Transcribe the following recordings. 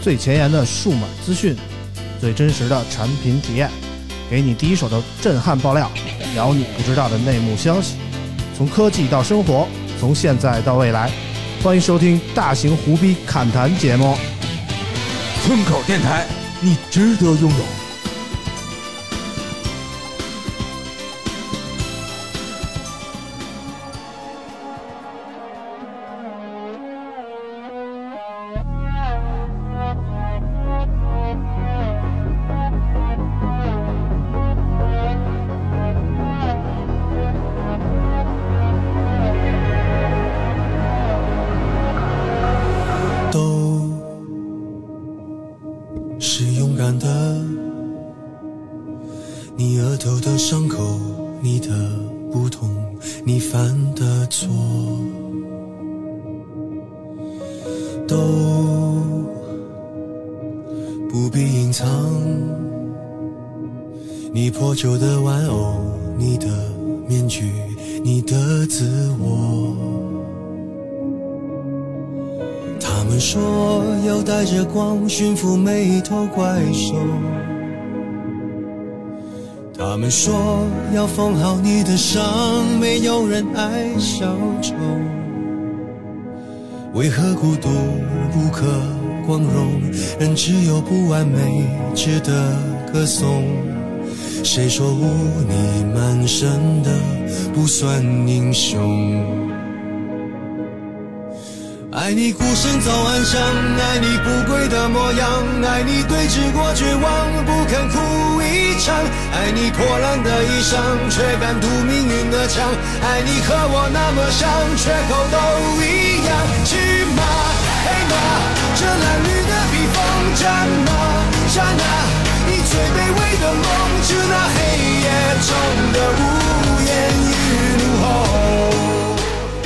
最前沿的数码资讯，最真实的产品体验，给你第一手的震撼爆料，聊你不知道的内幕消息，从科技到生活，从现在到未来。欢迎收听大型胡逼侃谈节目。 村口电台，你值得拥有。 旧的玩偶，你的面具，你的自我。他们说要带着光驯服每一头怪兽，他们说要缝好你的伤，没有人爱小丑。为何孤独不可光荣，人只有不完美值得歌颂？谁说污泥满身的不算英雄？爱你孤身走暗巷，爱你不跪的模样，爱你对峙过绝望不肯哭一场，爱你破烂的衣裳却敢堵命运的枪，爱你和我那么像缺口都一样。去吗黑吗，这褴褛的披风，战吗战啊，你最卑微的梦，致那黑夜中的无言与怒吼。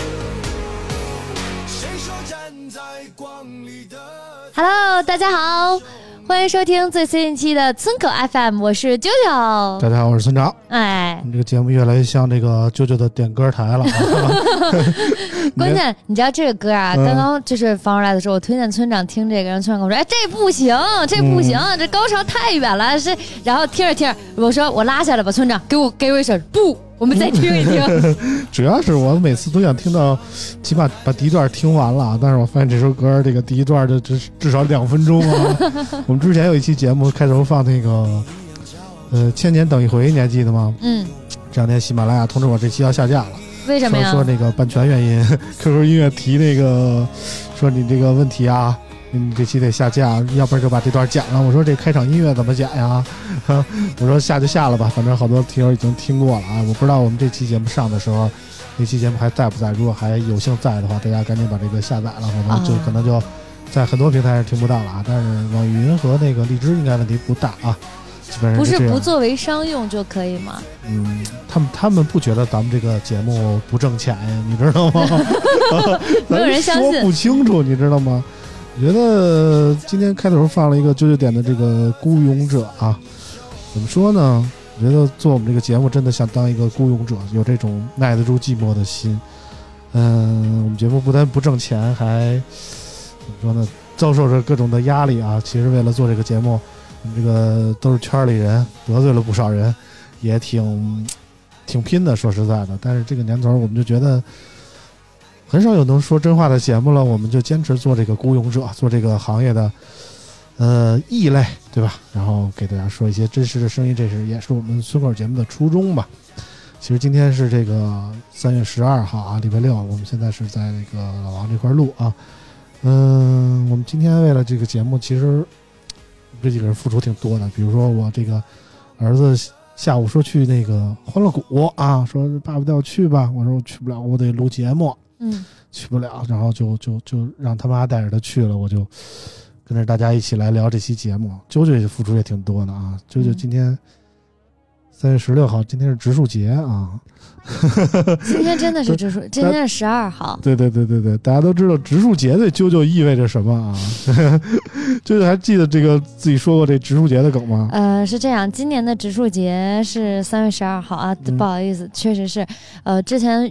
谁说站在光里的 Hello， 大家好，欢迎收听最新一期的村口 FM， 我是啾啾。 大家好，我是村长。 哎， 这个节目越来越像这个啾啾的点歌台了。 关键你知道这个歌啊，刚刚就是放出来的时候，我推荐村长听这个，然后村长跟我说：“哎，这不行，这不行，这高潮太远了。”是，然后听着听着，我说我拉下来吧，村长给我一声不，我们再听一听。 主要是我每次都想听到，起码把第一段听完了，但是我发现这首歌这个第一段就至少2分钟啊。我们之前有一期节目开头放那个千年等一回，你还记得吗？这两天喜马拉雅通知我这期要下架了。 为什么呀？ 说那个版权原因，QQ 音乐提那个说你这个问题啊，你这期得下架，要不然就把这段剪了。我说这开场音乐怎么剪呀？我说下就下了吧，反正好多听友已经听过了啊。我不知道我们这期节目上的时候，那期节目还在不在？如果还有幸在的话，大家赶紧把这个下载了，我们就可能就在很多平台上听不到了啊。但是网易云和那个荔枝应该问题不大啊。 不是不作为商用就可以吗？ 他们不觉得咱们这个节目不挣钱呀，你知道吗？ 没有人相信， 说不清楚，你知道吗？我觉得今天开头放了一个啾啾点的这个孤勇者啊，怎么说呢？我觉得做我们这个节目真的想当一个孤勇者，有这种耐得住寂寞的心。我们节目不但不挣钱，还怎么说呢？遭受着各种的压力啊。其实为了做这个节目，我们这个都是圈里人，得罪了不少人，也挺拼的，说实在的。但是这个年头，我们就觉得很少有能说真话的节目了，我们就坚持做这个孤勇者，做这个行业的异类，对吧？然后给大家说一些真实的声音，这也是我们村口节目的初衷吧。其实今天是这个3月12号啊，礼拜六，我们现在是在那个老王这块录啊。我们今天为了这个节目，其实这几个人付出挺多的。比如说我这个儿子下午说去那个欢乐谷啊，说爸爸带我去吧，我说我去不了，我得录节目，去不了，然后就让他妈带着他去了，我就跟着大家一起来聊这期节目。啾啾付出也挺多的啊，啾啾今天3月16号，今天是植树节啊。 今天真的是植树，今天是12号。 对，大家都知道植树节对啾啾意味着什么啊？啾啾还记得这个自己说过这植树节的梗吗？ 是这样，今年的植树节是3月12号啊，不好意思，确实是，之前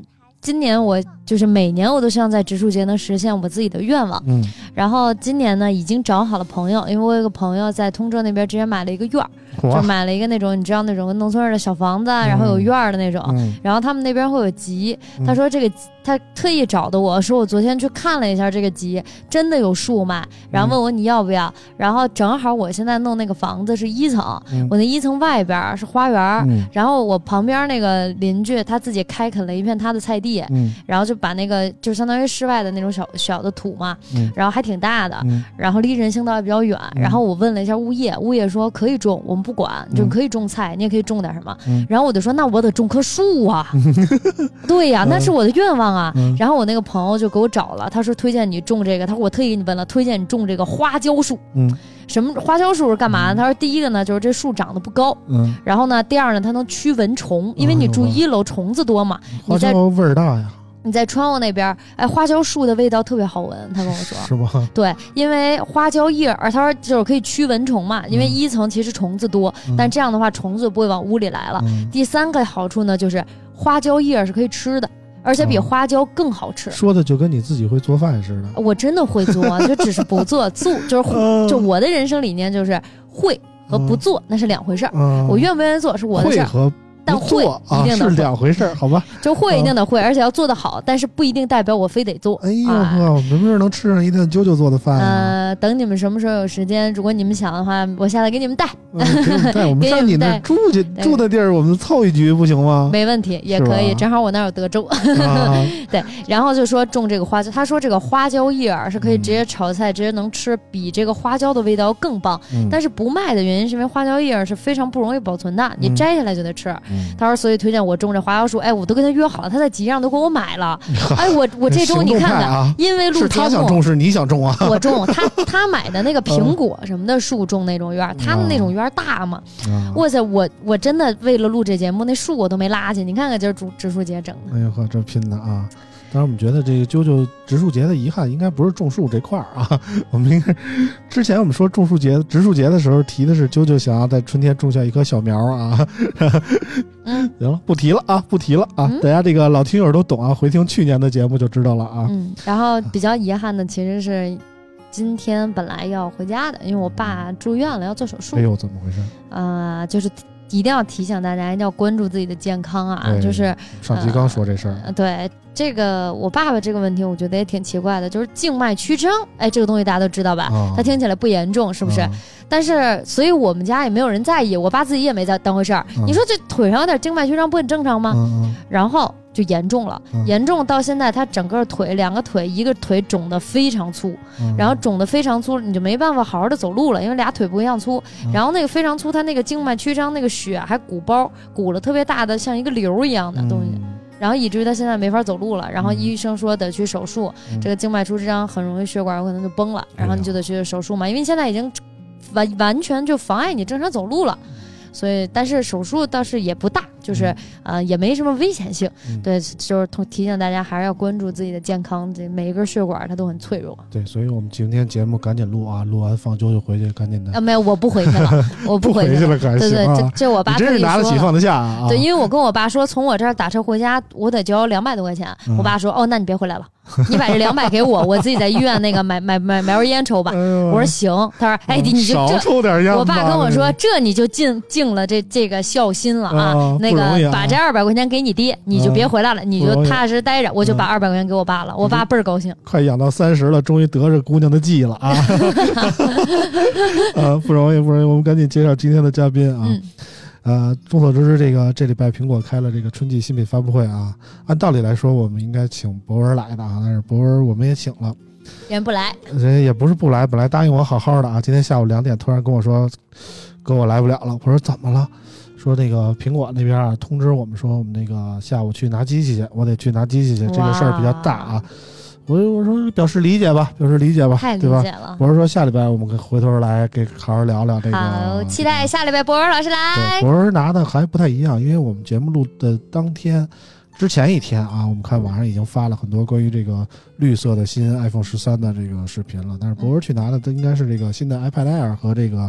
今年我就是每年我都希望在植树节能实现我自己的愿望。然后今年呢已经找好了朋友，因为我有个朋友在通州那边直接买了一个院儿，就买了一个那种你知道那种农村的小房子，然后有院儿的那种，然后他们那边会有集，他说这个他特意找的我说我昨天去看了一下这个集，真的有树卖，然后问我你要不要，然后正好我现在弄那个房子是1层，我那1层外边是花园，然后我旁边那个邻居他自己开垦了一片他的菜地，然后就把那个就相当于室外的那种小的土嘛，然后还挺大的，然后离人行道也比较远，然后我问了一下物业说可以种，我们不管，就可以种菜，你也可以种点什么，然后我就说那我得种棵树啊，对呀，那是我的愿望啊，然后我那个朋友就给我找了，他说推荐你种这个，他说我特意给你问了，推荐你种这个花椒树，什么花椒树是干嘛呢？他说第一个呢就是这树长得不高，然后呢第二呢它能驱蚊虫，因为你住1楼虫子多嘛， 花椒味儿大呀。 你在窗户那边，哎，花椒树的味道特别好闻，他跟我说。 是吗？ 对，因为花椒叶儿，他说就是可以驱蚊虫嘛，因为1层其实虫子多，但这样的话虫子就不会往屋里来了。第3个好处呢，就是花椒叶是可以吃的，而且比花椒更好吃。 说的就跟你自己会做饭似的。 我真的会做，就只是不做，就是就我的人生理念就是会和不做那是2回事儿。我愿不愿意做是我的事儿。但会一定是2回事儿，好吧？ 就会一定的会，而且要做得好，但是不一定代表我非得做。 哎呦呵，没准能吃上一顿啾啾做的饭。 等你们什么时候有时间，如果你们想的话，我下来给你们带。 给你们带，我们上你那住去住的地儿，我们凑一局不行吗？ 没问题，也可以，正好我那儿有德州。对，然后就说种这个花椒，他说这个花椒叶是可以直接炒菜，直接能吃，比这个花椒的味道更棒。但是不卖的原因是因为花椒叶是非常不容易保存的，你摘下来就得吃。他说所以推荐我种这花椒树，哎，我都跟他约好了，他在集上都给我买了。哎，我这周你看看，因为录节目是他想种是你想种啊？ 我种，他买的那个苹果什么的树种那种院，他们那种院大嘛。哇塞，我真的为了录这节目，那树我都没拉进，你看看今儿植树节整的。 哎呦呵，这拼的啊！当然，我们觉得这个啾啾植树节的遗憾应该不是种树这块儿啊，我们应该之前我们说植树节的时候提的是啾啾想要在春天种下一棵小苗啊。行了，不提了啊。大家这个老听友都懂啊，回听去年的节目就知道了啊。 然后比较遗憾的其实是今天本来要回家的，因为我爸住院了要做手术。 哎呦，怎么回事？ 就是一定要提醒大家一定要关注自己的健康啊，就是上期刚说这事儿。 对，这个我爸爸这个问题我觉得也挺奇怪的，就是静脉曲张，哎，这个东西大家都知道吧？它听起来不严重是不是？但是所以我们家也没有人在意，我爸自己也没在当回事儿。你说这腿上有点静脉曲张不很正常吗？然后就严重了，严重到现在他整个腿2个腿一个腿肿得非常粗，然后肿得非常粗你就没办法好好的走路了，因为俩腿不一样粗，然后那个非常粗，他那个静脉曲张那个血还鼓了特别大的像一个瘤一样的东西，然后以至于他现在没法走路了，然后医生说得去手术，这个静脉曲张很容易血管有可能就崩了，然后你就得去手术嘛，因为现在已经完全就妨碍你正常走路了。所以但是手术倒是也不大，就是也没什么危险性。对，就是提醒大家还是要关注自己的健康，这每一根血管它都很脆弱。 对，所以我们今天节目赶紧录啊，录完放啾就回去赶紧的。 没有，我不回去了，我不回去了， 还对对，这我爸你真是拿得起放得下啊。 对，因为我跟我爸说，从我这儿打车回家我得交200多块钱，我爸说哦，那你别回来了。你把这200给我，我自己在医院那个买根烟抽吧。我说行，他说哎，你就少抽点烟吧。 我爸跟我说，这你就尽了这个孝心了啊。那个把这200块钱给你爹，你就别回来了，你就踏实待着。我就把200块钱给我爸了，我爸倍儿高兴。 快养到30了，终于得着姑娘的计了啊！不容易，我们赶紧介绍今天的嘉宾啊。众所周知，这礼拜苹果开了这个春季新品发布会啊。按道理来说，我们应该请博文来的啊，但是博文我们也请了， 人不来， 人也不是不来，本来答应我好好的啊，今天下午2点突然跟我说，哥我来不了了。我说怎么了？说那个苹果那边啊通知我们说，我们那个下午去拿机器去，我得去拿机器去，这个事儿比较大啊。我说表示理解吧， 太理对吧？ 解了。 博文说下礼拜我们回头来给好好聊聊这个。 好，期待下礼拜博文老师来。 博文拿的还不太一样，因为我们节目录的当天之前一天啊，我们看网上已经发了很多关于这个绿色的新 iPhone 13的这个视频了，但是博文去拿的应该是这个新的 iPad Air 和这个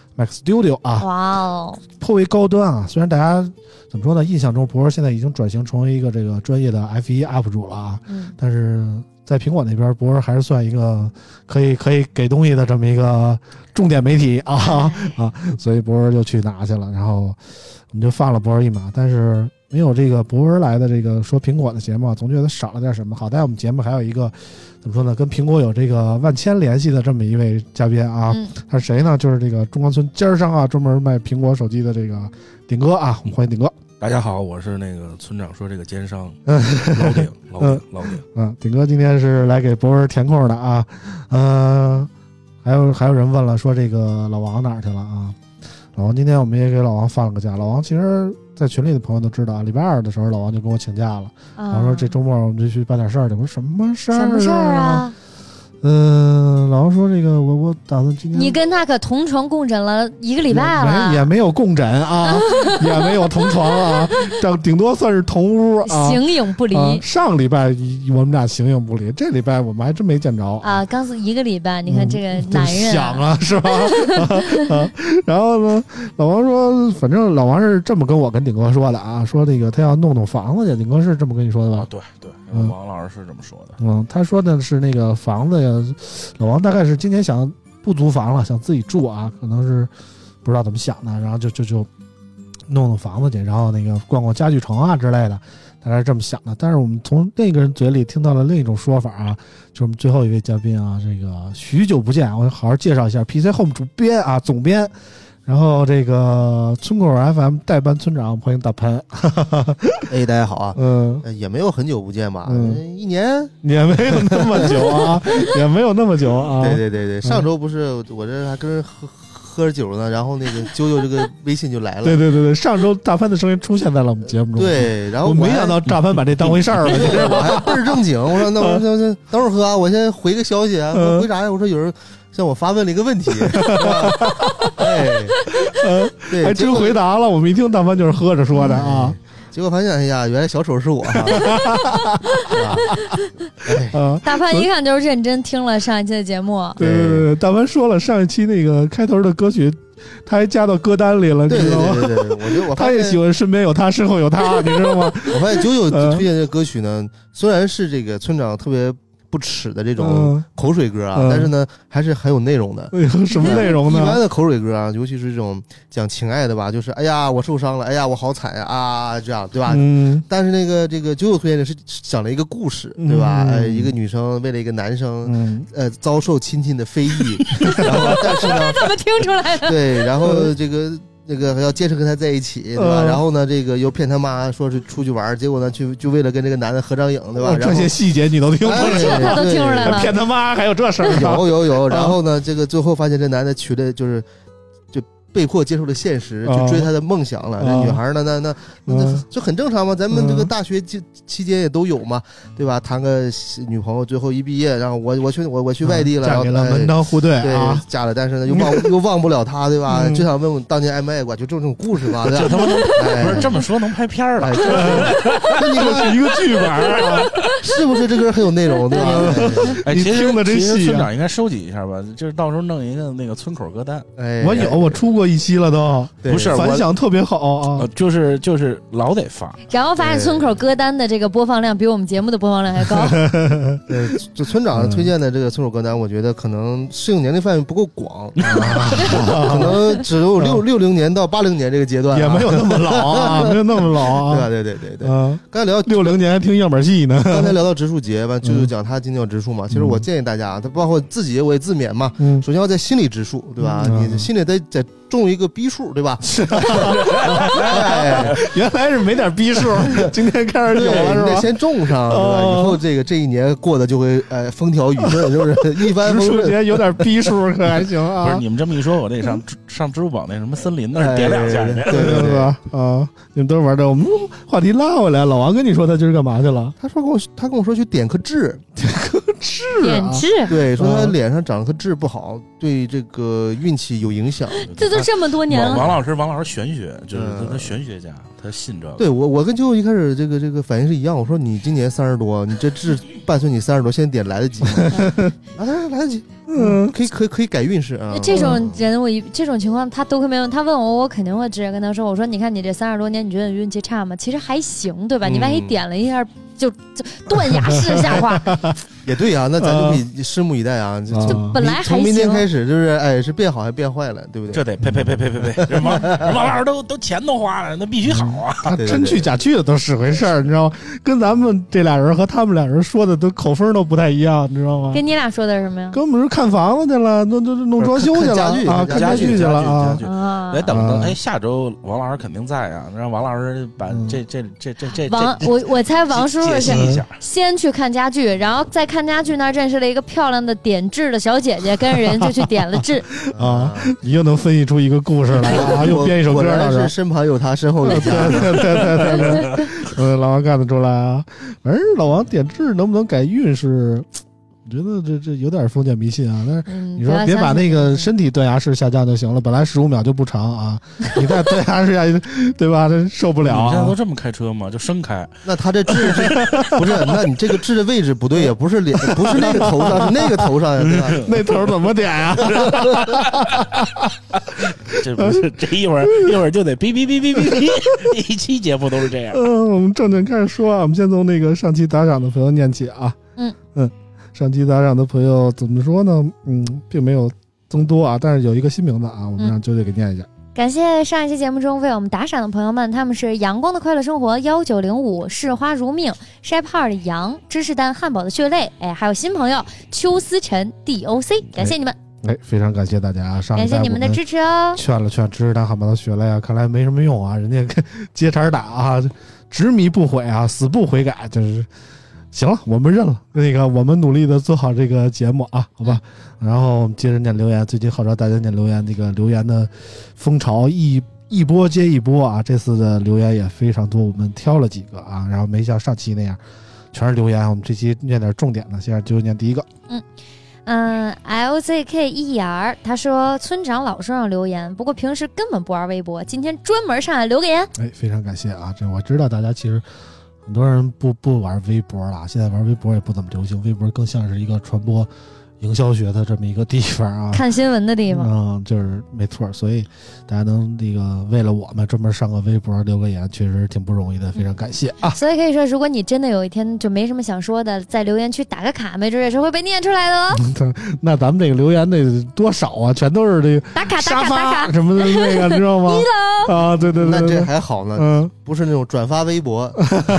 Mac Studio 啊， 哇哦， 颇为高端啊。虽然大家怎么说呢，印象中博士现在已经转型成为一个这个专业的 F1 UP 主了啊，但是在苹果那边，博士还是算一个可以给东西的这么一个重点媒体啊，所以博士就去拿去了，然后我们就放了博士一马，但是没有这个博士来的这个说苹果的节目，总觉得少了点什么。好在我们节目还有一个怎么说呢，跟苹果有这个万千联系的这么一位嘉宾啊，他是谁呢？就是这个中关村尖上啊，专门卖苹果手机的这个顶哥啊，我们欢迎顶哥。 大家好，我是那个村长说这个奸商老顶。 顶哥今天是来给博士填空的啊。还有人问了，说这个老王哪儿去了啊？老王今天我们也给老王放了个假。老王其实在群里的朋友都知道啊，礼拜二的时候老王就跟我请假了，然后说这周末我们就去办点事儿去。我说什么事儿啊？老王说这个我打算今天你跟他可同床共枕了1个礼拜了， 也没有共枕啊，也没有同床啊，这顶多算是同屋啊， 形影不离。 上礼拜我们俩形影不离，这礼拜我们还真没见着啊。刚是1个礼拜，你看这个男人想啊，是吧？然后呢，老王说，反正老王是这么跟我跟顶哥说的啊，说这个他要弄房子去，顶哥是这么跟你说的吧？ 对，王老师是这么说的。 他说的是那个房子呀。老王大概是今年想不租房了，想自己住啊，可能是不知道怎么想的，然后就弄房子去，然后那个逛逛家具城啊之类的，大概是这么想的。但是我们从那个人嘴里听到了另一种说法啊，就是我们最后一位嘉宾啊，这个许久不见，我好好介绍一下 PC Home 主编啊，总编。然后这个村口 FM 代班村长，欢迎大潘。 大家好啊。也没有很久不见吧，1年也没有那么久啊，也没有那么久啊。 对，上周不是我这还跟人喝着酒呢，然后那个啾啾这个微信就来了。 对，上周大潘的声音出现在了我们节目中。 对，然后我没想到大潘把这当回事儿了， 我还倍儿正经。我说那我等会儿喝啊，我先回个消息啊，回啥呀？我说有人向我发问了一个问题，对， 还真回答了。我们一听大潘就是喝着说的啊， 结果发现哎呀，原来小丑是我。 大潘一看就是认真听了上一期的节目。 对，大潘说了上一期那个开头的歌曲，他还加到歌单里了，你知道吗？ 对，我觉得他也喜欢身边有他，身后有他，你知道吗？ 我发现九九推荐这个歌曲呢，虽然是这个村长特别不耻的这种口水歌啊，但是呢还是很有内容的。 什么内容呢？ 一般的口水歌啊，尤其是这种讲情爱的吧，就是哎呀我受伤了，哎呀我好惨啊，这样对吧？但是那个这个九九推荐的是讲了一个故事，对吧？一个女生为了一个男生遭受亲的非议，然后但是呢怎么听出来的？ 对，然后那个还要坚持跟他在一起，对吧？然后呢，这个又骗他妈说是出去玩，结果呢，就为了跟这个男的合张影，对吧？ 这些细节你都听出来了， 他都听出来了。 骗他妈还有这事儿？ 有。然后呢，这个最后发现这男的娶的就被迫接受了现实，去追他的梦想了。这女孩呢，那就很正常嘛。咱们这个大学期间也都有嘛，对吧？谈个女朋友，最后一毕业，然后我去外地了， 嫁给了门当户对啊， 嫁了，但是呢又忘不了他，对吧？就想问问当年爱没爱过，就这种故事吧。 这他妈不是这么说能拍片了？ 这是一个剧本啊， 是不是这歌很有内容，对吧？ 你听的真细， 村长应该收集一下吧，就是到时候弄一个那个村口歌单。 我出过一期了都， 不是反响特别好啊， 就是老得放， 然后发现村口歌单的这个播放量比我们节目的播放量还高。 对，就村长推荐的这个村口歌单，我觉得可能适应年龄范围不够广，可能只有60年到80年这个阶段， 也没有那么老啊，没有那么老啊， 对。刚才聊 60年还听样板戏呢， 刚才聊到植树节吧，就是讲他今天要植树嘛。其实我建议大家，他包括自己我也自勉嘛。首先要在心里植树，对吧？你心里得种一个逼数，对吧？ 原来是没点逼数，今天开始有了是吧？ 你得先种上，对吧？以后这一年过得就会风调雨顺，就是一帆风顺。 植树节有点逼数可还行啊？ 不是你们这么一说，我得上支付宝那什么森林那点两下， 对吧？啊，你们都玩的。我们话题拉回来，老王跟你说他今儿干嘛去了？ 他跟我说去点颗痣， 点痣， 对，说他脸上长了颗痣不好，对这个运气有影响。 这都这么多年了。 王老师玄学，就是他玄学家，他信这个。 对，我跟舅舅一开始这个反应是一样，我说你今年30多，你这痣伴随你30多，现在点来得及吗？啊，他说来得及。 可以改运势啊。 这种人这种情况他都会没有，他问我肯定会直接跟他说，我说你看你这30多年你觉得你运气差吗？其实还行，对吧？你万一点了一下就断崖式下滑。 也对啊，那咱就可以拭目以待啊。 就本来还行， 从明天开始就是是变好还变坏了，对不对？ 这得呸！人王老师都钱都花了，那必须好啊！ 他真去假去的都是回事儿，你知道吗？跟咱们这俩人和他们俩人说的都口风都不太一样，你知道吗？ 跟你俩说的是什么呀？ 跟我们是看房子去了，弄装修去了啊，看家具去了啊。 得等下周王老师肯定在啊，让王老师把这我猜王叔叔是先去看家具，然后在看家具那儿认识了一个漂亮的点痣的小姐姐，跟着人就去点了痣啊！你又能分析出一个故事来啊！又编一首歌了， 是身旁有他，身后有家。 对，老王干得出来啊！反正老王点痣能不能改运势？我觉得这有点封建迷信啊！但是你说别把那个身体断崖式下降就行了，本来15秒就不长啊，你再断崖式下去，对吧？这受不了啊！ 你现在都这么开车吗？就生开？ 那他这痣不是？那你这个痣的位置不对呀，不是脸，不是那个头上，是那个头上呀，对吧？ 那头怎么点呀？ 这不是这一会儿就得哔，一期节目都是这样。 我们正经开始说啊，我们先从那个上期打赏的朋友念起啊。上期打赏的朋友怎么说呢？并没有增多啊，但是有一个新名字啊，我们让啾啾给念一下。 感谢上一期节目中为我们打赏的朋友们，他们是阳光的快乐生活1905、市花如命、筛泡的羊、芝士蛋汉堡的血泪，还有新朋友邱思晨 DOC， 感谢你们。 非常感谢大家啊！ 感谢你们的支持哦。 劝了劝芝士蛋汉堡的血泪啊，看来没什么用啊，人家接茬打啊，执迷不悔啊，死不悔改，就是行了，我们认了。那个，我们努力的做好这个节目啊，好吧。然后我们接着念留言，最近号召大家念留言，这个留言的风潮一波接一波啊。这次的留言也非常多，我们挑了几个啊，然后没像上期那样全是留言，我们这期念点重点的，现在就念第一个。 LZKER 他说村长老是让留言，不过平时根本不玩微博，今天专门上来留个言。 非常感谢啊！这我知道大家其实很多人不玩微博了，现在玩微博也不怎么流行，微博更像是一个传播营销学的这么一个地方啊， 看新闻的地方。 就是没错，所以大家能那个为了我们专门上个微博留个言，确实挺不容易的，非常感谢啊！ 所以可以说，如果你真的有一天就没什么想说的，在留言区打个卡，没准也是会被念出来的哦。 那咱们这个留言得多少啊？全都是这个打卡沙发打卡什么的那个，知道吗？啊，对， 那这还好呢，不是那种转发微博，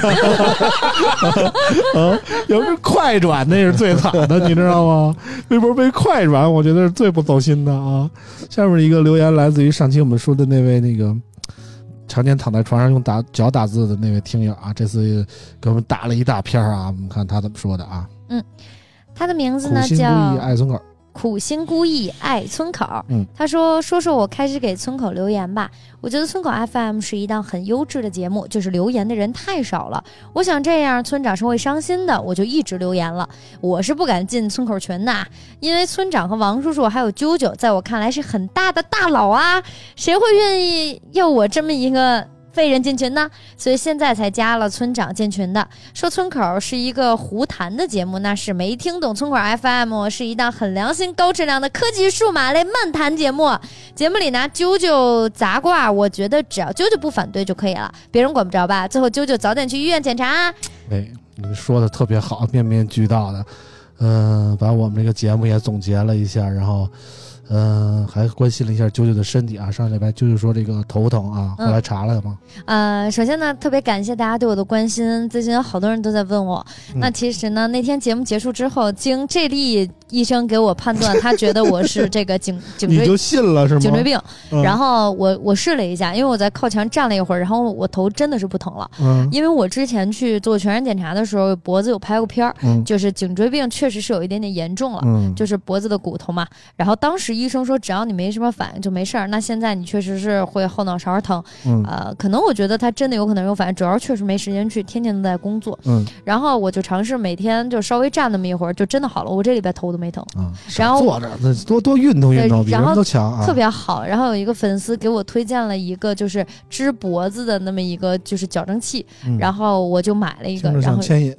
有是快转，那是最惨的，你知道吗？微博被快转，我觉得是最不走心的啊。下面一个留言来自于上期我们说的那位那个常年躺在床上用脚打字的那位听友啊，这次给我们打了一大篇啊，我们看他怎么说的啊。 他的名字呢叫苦心孤诣爱村口。他说我开始给村口留言吧。我觉得村口 FM 是一档很优质的节目，就是留言的人太少了，我想这样村长是会伤心的，我就一直留言了。我是不敢进村口群的，因为村长和王叔叔还有啾啾在我看来是很大的大佬啊，谁会愿意要我这么一个废人进群呢？所以现在才加了村长进群的。说村口是一个胡谈的节目，那是没听懂。村口 FM 是一档很良心高质量的科技数码类漫谈节目，节目里拿啾啾砸挂，我觉得只要啾啾不反对就可以了，别人管不着吧。最后啾啾早点去医院检查啊。 你说的特别好，面面俱到的。把我们这个节目也总结了一下，然后还关心了一下啾啾的身体啊。上礼拜啾啾说这个头疼啊，后来查了吗？ 首先呢，特别感谢大家对我的关心，最近有好多人都在问我。那其实呢，那天节目结束之后，经这例医生给我判断，他觉得我是这个颈椎， 你就信了是吗？ 颈椎病。然后我试了一下，因为我在靠墙站了一会儿，然后我头真的是不疼了。因为我之前去做全身检查的时候，脖子有拍过片儿，就是颈椎病确实是有一点点严重了，就是脖子的骨头嘛。然后当时医生说，只要你没什么反应就没事儿。那现在你确实是会后脑勺疼，可能我觉得他真的有可能有反应，主要确实没时间去，天天都在工作。然后我就尝试每天就稍微站那么一会儿，就真的好了。我这礼拜头都没疼。然后坐着多运动运动，比人都强啊， 特别好。然后有一个粉丝给我推荐了一个就是支脖子的那么一个就是矫正器，然后我就买了一个。 然后牵引啊。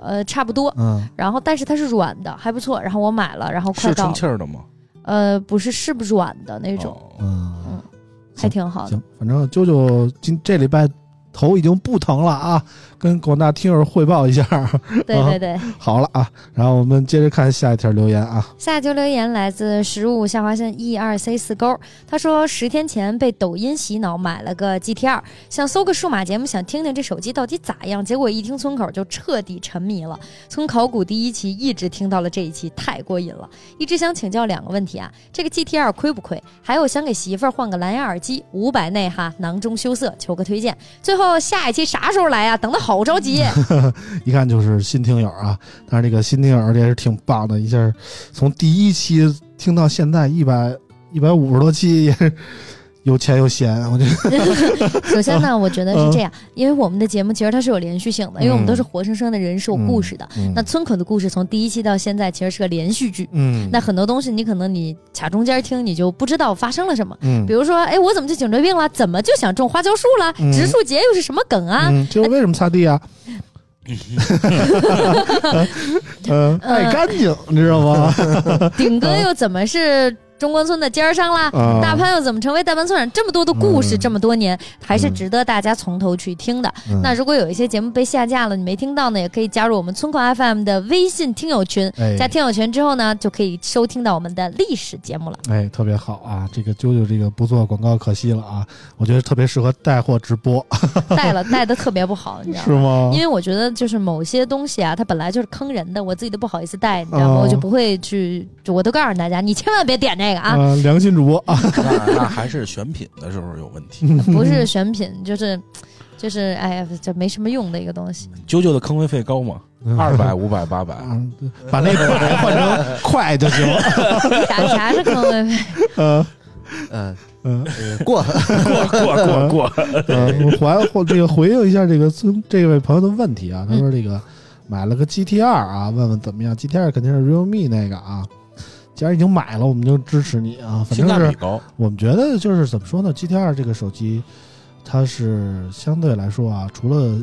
差不多，然后但是它是软的，还不错，然后我买了，然后快到是充气儿的吗？ 不是，是不是软的那种，还挺好的。 行，反正啾啾这礼拜头已经不疼了啊，跟广大听友汇报一下。 对对对， 好了啊，然后我们接着看下一条留言啊。 下一条留言来自15下划线 E2C4 勾，他说10天前被抖音洗脑买了个 GT2，想搜个数码节目，想听听这手机到底咋样，结果一听村口就彻底沉迷了，从考古第1期一直听到了这一期，太过瘾了。一直想请教2个问题啊，这个 GT2 亏不亏？还有想给媳妇儿换个蓝牙耳机，500内哈，囊中羞涩，求个推荐。最后下一期啥时候来啊？等得好着急。 一看就是新听友啊，但是这个新听友也是挺棒的，一下从第1期听到现在150多期，也是有钱有闲，我觉得。 首先呢，我觉得是这样，因为我们的节目其实它是有连续性的，因为我们都是活生生的人，是有故事的。那村口的故事从第1期到现在其实是个连续剧。那很多东西你可能你卡中间听，你就不知道发生了什么。比如说，哎，我怎么就颈椎病了？怎么就想种花椒树了？植树节又是什么梗啊？ 这为什么擦地啊？爱干净，你知道吗？ 顶哥又怎么是中关村的尖上啦？大潘又怎么成为大潘村长？这么多的故事，这么多年，还是值得大家从头去听的。那如果有一些节目被下架了，你没听到呢，也可以加入我们村口 FM 的微信听友群。加听友群之后呢，就可以收听到我们的历史节目了。 哎，特别好啊！这个啾啾这个不做广告可惜了啊！我觉得特别适合带货直播， 带的特别不好，你知道吗？ 是吗？ 因为我觉得就是某些东西啊，它本来就是坑人的，我自己都不好意思带，你知道吗？我就不会去，我都告诉大家，你千万别点这个啊！ 良心主播啊， 那还是选品的时候有问题， 不是选品，就是哎呀，这没什么用的一个东西。 啾啾的坑位费高吗？200、500、800， 把那百换成快就行了。 啥是坑位费？ 过。 这个回应一下这位朋友的问题啊，他说这个买了个 GT2 啊，问问怎么样 ？GT2 肯定是 Realme 那个啊。既然已经买了，我们就支持你啊！反正是性价比高。我们觉得就是怎么说呢 ？GT2 这个手机，它是相对来说啊，除了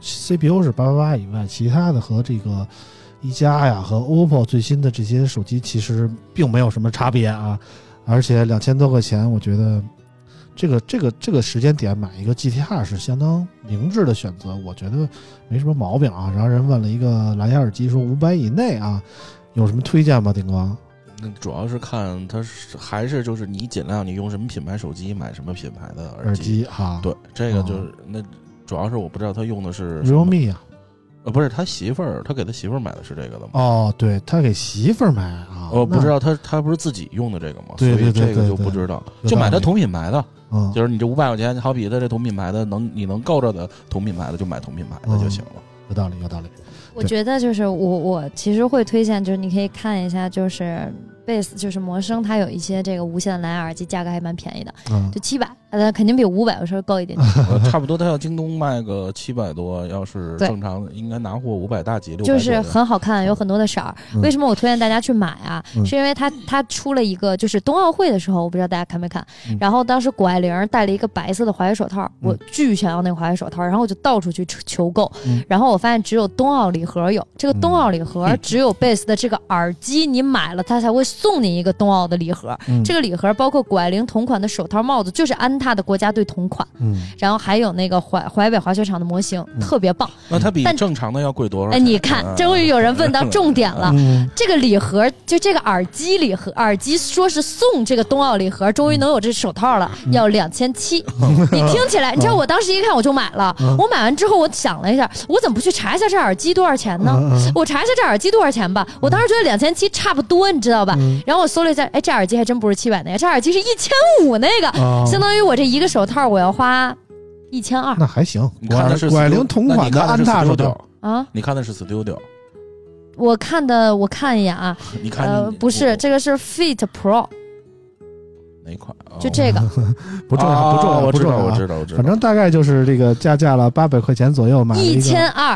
CPU 是888以外，其他的和这个一加呀和 OPPO 最新的这些手机其实并没有什么差别啊。而且2000多块钱，我觉得这个时间点买一个 GT2 是相当明智的选择，我觉得没什么毛病啊。然后人问了一个蓝牙耳机，说500以内啊，有什么推荐吗？顶哥？ 那主要是看它还是就是你尽量你用什么品牌手机买什么品牌的耳机哈。 对，这个就是那主要是我不知道他用的是 Realme 啊， 不是他媳妇儿，他给他媳妇儿买的是这个的吗？ 哦，对他给媳妇儿买啊。 我不知道他不是自己用的这个吗？ 对， 所以这个就不知道，就买他同品牌的。就是你这500块钱，好比他这同品牌的你能够着的同品牌的就买同品牌的就行了。 有道理。 我觉得就是我其实会推荐，就是你可以看一下，就是Base 就是魔声，它有一些这个无线蓝牙耳机，价格还蛮便宜的，就700，肯定比500稍微高一点点。 差不多，它要京东卖个700多，要是正常应该拿货500大几600， 就是很好看，有很多的色儿。为什么我推荐大家去买啊？是因为它出了一个，就是冬奥会的时候，我不知道大家看没看。然后当时谷爱凌戴了一个白色的滑雪手套，我巨想要那个滑雪手套，然后我就到处去求购。然后我发现只有冬奥礼盒有，这个冬奥礼盒只有 Base 的这个耳机，你买了它才会送你一个冬奥的礼盒。这个礼盒包括谷爱凌同款的手套、帽子，就是安踏的国家队同款。然后还有那个淮北滑雪场的模型，特别棒。 那它比正常的要贵多少？ 哎，你看，终于有人问到重点了。这个礼盒就这个耳机礼盒，耳机说是送这个冬奥礼盒，终于能有这手套了，要2700。你听起来，你知道我当时一看我就买了。我买完之后，我想了一下，我怎么不去查一下这耳机多少钱呢？我查一下这耳机多少钱吧。我当时觉得2700差不多，你知道吧？然后我搜了一下，哎，这耳机还真不是700那个，这耳机是1500那个，相当于我这一个手套我要花1200。 那还行。 你看的是谷爱凌同款的安踏手套啊？ 你看的是 Studio？ 我看一眼啊。 你看不是，这个是 Fit Pro。 哪款？ 就这个。 不重要， 我知道。 反正大概就是这个加价了800块钱左右，买了一个 1200。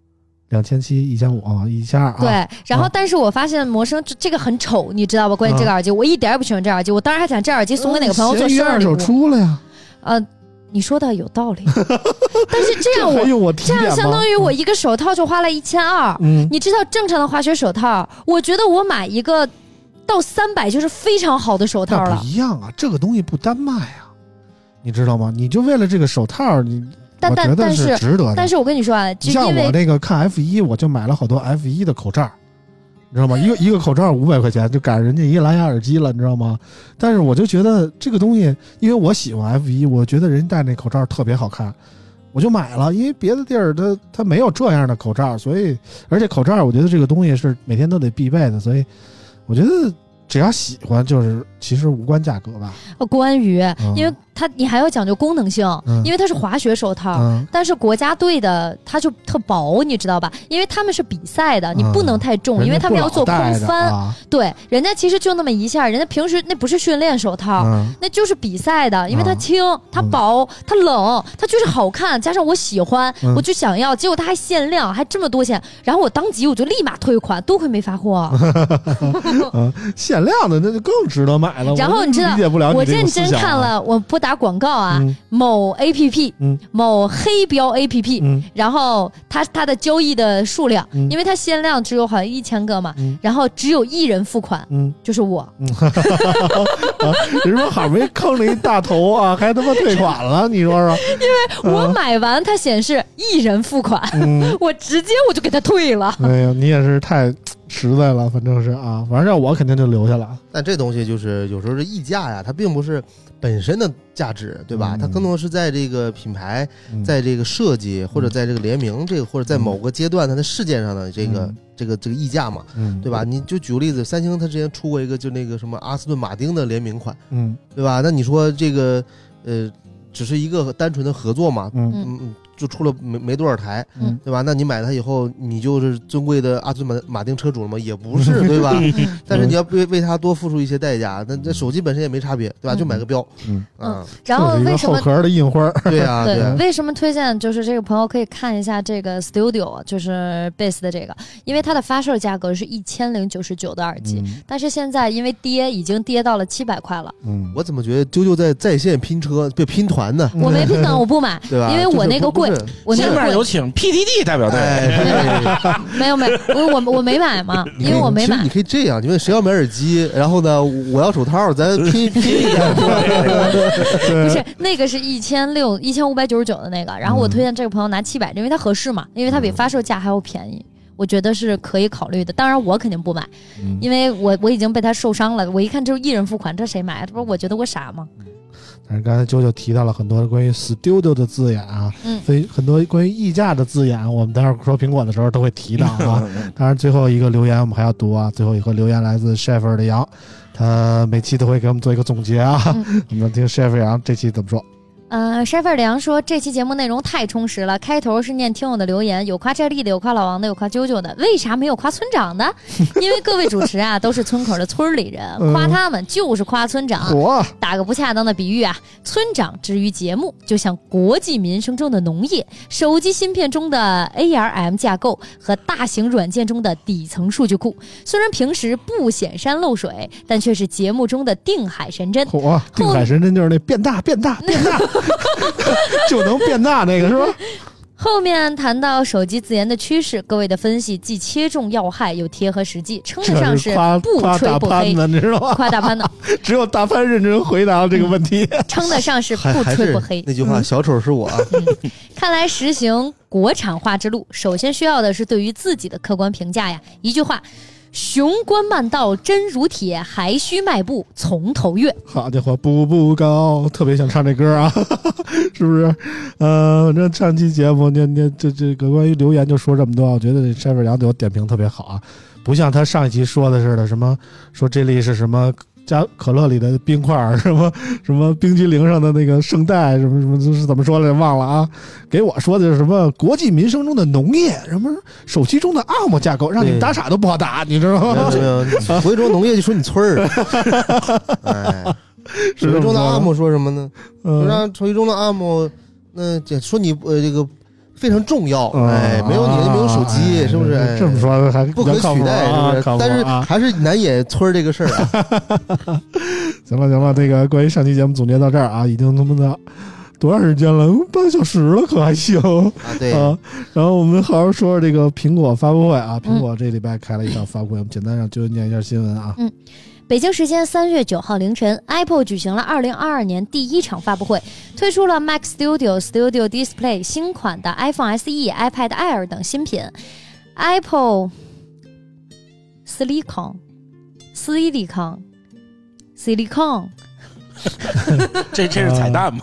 2700、1500啊，1200。 对，然后但是我发现魔声这个很丑，你知道吧？关于这个耳机，我一点也不喜欢这耳机。我当时还想这耳机送给哪个朋友做生日礼物。 二手出了呀。 你说的有道理，但是这样相当于我一个手套就花了1200。你知道正常的滑雪手套，我觉得我买一个到300就是非常好的手套了。 不一样啊，这个东西不单卖啊，你知道吗？你就为了这个手套，我觉得是值得的。 但是我跟你说啊， 像我那个看 F1，我就买了好多 F1 的口罩。你知道吗？一个口罩500块钱，就赶上人家一个蓝牙耳机了，你知道吗？但是我就觉得这个东西，因为我喜欢 F1，我觉得人戴那口罩特别好看，我就买了。因为别的地儿它没有这样的口罩，所以而且口罩我觉得这个东西是每天都得必备的，所以我觉得只要喜欢，就是其实无关价格吧。 关于，因为你还要讲究功能性，因为它是滑雪手套，但是国家队的它就特薄，你知道吧？因为他们是比赛的，你不能太重，因为他们要做空翻。对，人家其实就那么一下，人家平时那不是训练手套，那就是比赛的，因为它轻、它薄、它冷，它就是好看，加上我喜欢，我就想要，结果它还限量，还这么多钱，然后我当即我就立马退款，多亏没发货。 限量的那就更值得买了。 然后你知道，我认真看了，我不打广告啊，某 APP，某黑标 APP，然后它的交易的数量，因为它限量只有好像1000个嘛，然后只有1人付款，就是我。 人说好没坑了一大头啊，还他妈退款了，你说说？ 因为我买完它显示1人付款，我直接我就给他退了。 哎呀，你也是太实在了，反正是啊，反正让我肯定就留下了。 但这东西就是有时候是溢价呀，它并不是本身的价值，对吧？它更多是在这个品牌，在这个设计或者在这个联名这个或者在某个阶段它的事件上的这个溢价嘛，对吧？你就举个例子，三星它之前出过一个就那个什么阿斯顿马丁的联名款，对吧？那你说这个只是一个单纯的合作嘛，就出了没多少台，对吧？那你买它以后，你就是尊贵的阿斯顿马丁车主了吗？也不是，对吧？但是你要为它多付出一些代价，那手机本身也没差别，对吧？就买个标， 然后为什么后壳的印花？ 对呀，对。 为什么推荐就是这个朋友可以看一下这个 Studio， 就是 Bass 的这个，因为它的发售价格是1099的耳机，但是现在因为已经跌到了700块了。 我怎么觉得啾啾在线拼车被拼团呢？ 我没拼团，我不买，对吧？因为我那个贵。 下面有请 PDD 代表队。 没有，我没买嘛，因为我没买。 你可以这样，因为谁要买耳机，然后呢，我要手套，咱拼一下。 不是，那个是1599的那个，然后我推荐这个朋友拿700，因为它合适嘛，因为它比发售价还要便宜。我觉得是可以考虑的，当然我肯定不买，因为我已经被他受伤了。我一看就是1人付款，这谁买？这不是我觉得我傻吗？ 但是刚才啾啾提到了很多关于 Studio 的字眼啊，所以很多关于溢价的字眼，我们待会儿说苹果的时候都会提到啊。当然，最后一个留言我们还要读啊，最后一个留言来自 Chef 的杨，他每期都会给我们做一个总结啊。我们听 Chef 杨这期怎么说 ？Chef 梁说这期节目内容太充实了，开头是念听友的留言，有夸这丽的，有夸老王的，有夸啾啾的，为啥没有夸村长的？因为各位主持啊都是村口的村里人，夸他们就是夸村长。打个不恰当的比喻啊，村长之于节目就像国际民生中的农业，手机芯片中的 ARM 架构和大型软件中的底层数据库。虽然平时不显山露水，但却是节目中的定海神针。 定海神针就是那变大就能变大那个是吧？ 后面谈到手机自研的趋势，各位的分析既切中要害又贴合实际，称得上是不吹不黑， 你知道吗？ 夸大潘的， 只有大潘认真回答了这个问题， 称得上是不吹不黑。 那句话，小丑是我。 看来实行国产化之路，首先需要的是对于自己的客观评价呀。一句话。雄关漫道真如铁，还需迈步从头越。 好家伙，步步高，特别想唱这歌啊，是不是？反正上期节目这个关于留言就说这么多，我觉得这筛粉杨对我点评特别好啊，不像他上一期说的似的，什么说这里是什么加可乐里的冰块，什么冰激凌上的那个圣代，什么是怎么说来忘了啊？给我说的是什么国际民生中的农业，什么手机中的 ARM 架构，让你打傻都不好打，你知道吗？ 没有，回中农业就说你村儿。哎，手机中的 ARM 说什么呢？让手机中的 ARM， 那说你这个。非常重要，哎，没有你没有手机，是不是？ 这么说还不可取代，是不是？但是还是难掩村这个事儿啊。 行了，这个关于上期节目总结到这儿啊，已经他妈的多长时间了？半个小时了，可还行啊？对啊。然后我们好好说说这个苹果发布会啊，苹果这礼拜开了一场发布会，我们简单让就念一下新闻啊。 北京时间3月9号凌晨 ，Apple 举行了2022年第一场发布会，推出了 Mac Studio、Studio Display 新款的 iPhone SE、iPad Air 等新品。Apple Silicon 这是彩蛋吗？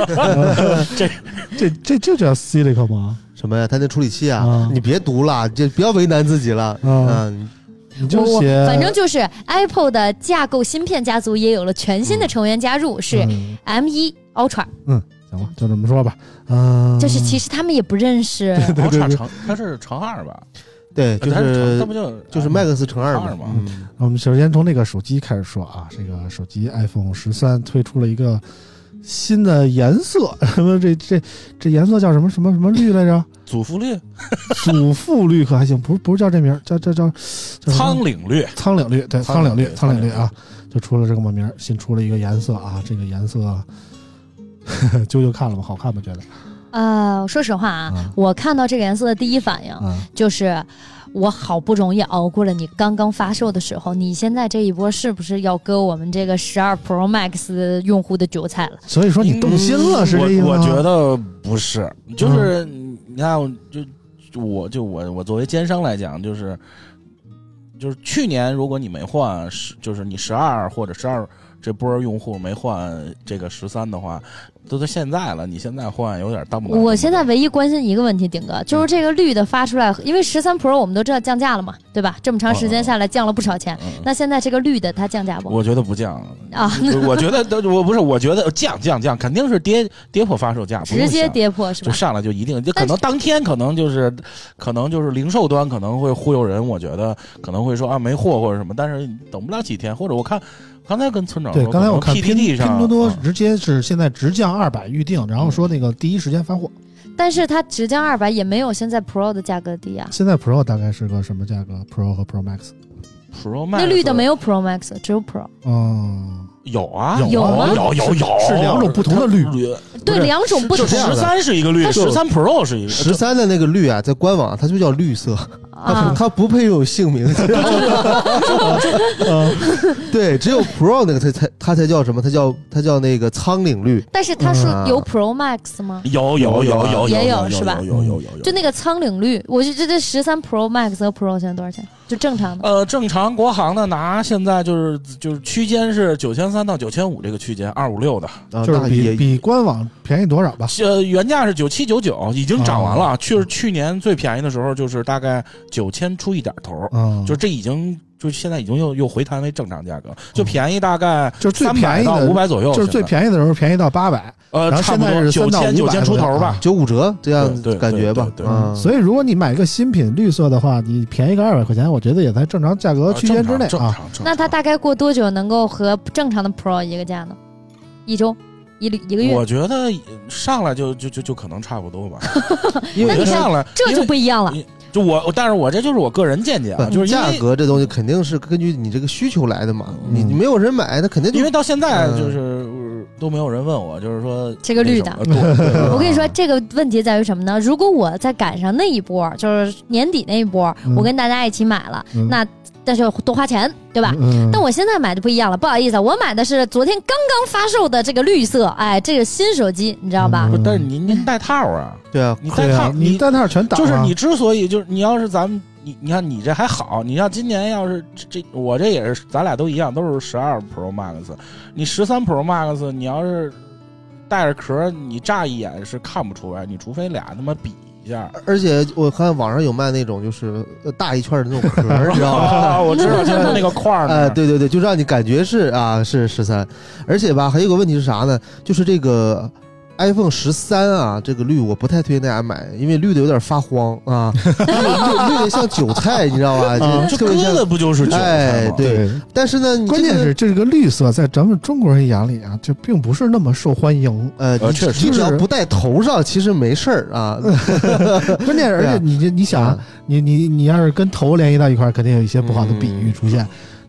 这就叫 Silicon 吗？ 什么呀？它那处理器啊，你别读了，就不要为难自己了。 你就写， 反正就是 Apple 的架构芯片家族也有了全新的成员加入，是 M1 Ultra。 行了，就这么说吧。 就是其实他们也不认识。 Ultra 它是乘2吧？ 对，就是Max 乘2 嘛。 我们首先从这个手机开始说啊，这个手机 iPhone 13推出了一个新的颜色，什么这颜色叫什么绿来着？ 祖父绿， 祖父绿可还行，不是叫这名，叫苍岭绿， 苍岭绿，对，苍岭绿啊，就出了这个名，新出了一个颜色啊，这个颜色，啾看了吗？好看吗？觉得？ 说实话啊，我看到这个颜色的第一反应就是我好不容易熬过了你刚刚发售的时候，你现在这一波是不是要割我们这个12 Pro Max 用户的韭菜了？ 所以说你动心了是这意思吗？ 我觉得不是，就是你看，我作为奸商来讲，就是去年如果你没换，就是你12或者12这波用户没换这个13的话，都到现在了，你现在换有点当不了。 我现在唯一关心一个问题，顶哥，就是这个绿的发出来，因为13 Pro 我们都知道降价了嘛，对吧？这么长时间下来降了不少钱，那现在这个绿的它降价不？ 我觉得不降啊， 我觉得我觉得降，肯定是跌破发售价， 直接跌破是吧？ 就上来就一定，就可能当天可能就是零售端可能会忽悠人，我觉得可能会说啊没货或者什么，但是等不了几天，或者我看。刚才跟村长说， 对，刚才我看 PDD 上拼多多直接是现在直降200预定，然后说那个第一时间发货。 但是它直降200也没有现在 Pro 的价格低啊。 现在 Pro 大概是个什么价格 ？Pro 和 Pro Max。Pro Max 那绿的没有 Pro Max， 只有 Pro。 有啊， 有吗？ 有， 是两种不同的绿。 对，两种不同。 13是一个绿，13 Pro 是一个。 13的那个绿啊，在官网它就叫绿色，它不配有姓名。对，只有 Pro 那个它才叫什么？它叫那个苍岭绿。 但是它是有 Pro Max 吗？ 有， 也有是吧？ 有。 就那个苍岭绿，我就这13 Pro Max 和 Pro 现在多少钱？就正常的。 正常国行的拿现在就是区间是9300到9500这个区间，256的， 就是比官网便宜多少吧？ 原价是9799，已经涨完了。去年最便宜的时候就是大概9000出一点头，就这已经。就现在已经又回弹为正常价格，就便宜大概就最便宜的 500左右， 就是最便宜的时候便宜到800，然后现在是 9000出头吧 ，95折这样感觉吧。 所以如果你买一个新品绿色的话，你便宜个200块钱，我觉得也在正常价格区间之内啊。 那它大概过多久能够和正常的 Pro 一个价呢？1周？一个月？ 我觉得上来就可能差不多吧，因为上来这就不一样了。 但是我这就是我个人见解啊，就是价格这东西肯定是根据你这个需求来的嘛。你没有人买，那肯定因为到现在就是都没有人问我，就是说这个绿的。我跟你说，这个问题在于什么呢？如果我再赶上那一波，就是年底那一波，我跟大家一起买了，那但是多花钱，对吧？但我现在买的不一样了，不好意思，我买的是昨天刚刚发售的这个绿色，哎，这个新手机，你知道吧？ 但是您带套啊？ 对啊， 你带套， 你带套全打。 就是你之所以就是你要是咱们你看你这还好，你像今年要是我这也是咱俩都一样，都是12 Pro Max， 你13 Pro Max， 你要是带着壳，你乍一眼是看不出来，你除非俩他妈比。 而且我看网上有卖那种就是大一圈的那种壳，你知道吗？ 我知道，就是那个块儿。 哎，对，就让你感觉是13。而且吧，还有个问题是啥呢？就是这个 iPhone 13啊，这个绿我不太推荐大家买，因为绿的有点发黄啊，绿的像韭菜，你知道吧？ 这割的不就是韭菜吗？ 对。但是呢， 关键是这个绿色在咱们中国人眼里啊，就并不是那么受欢迎。 确实，你只要不戴头上，其实没事儿啊。 关键而且你想，你要是跟头联系到一块儿，肯定有一些不好的比喻出现。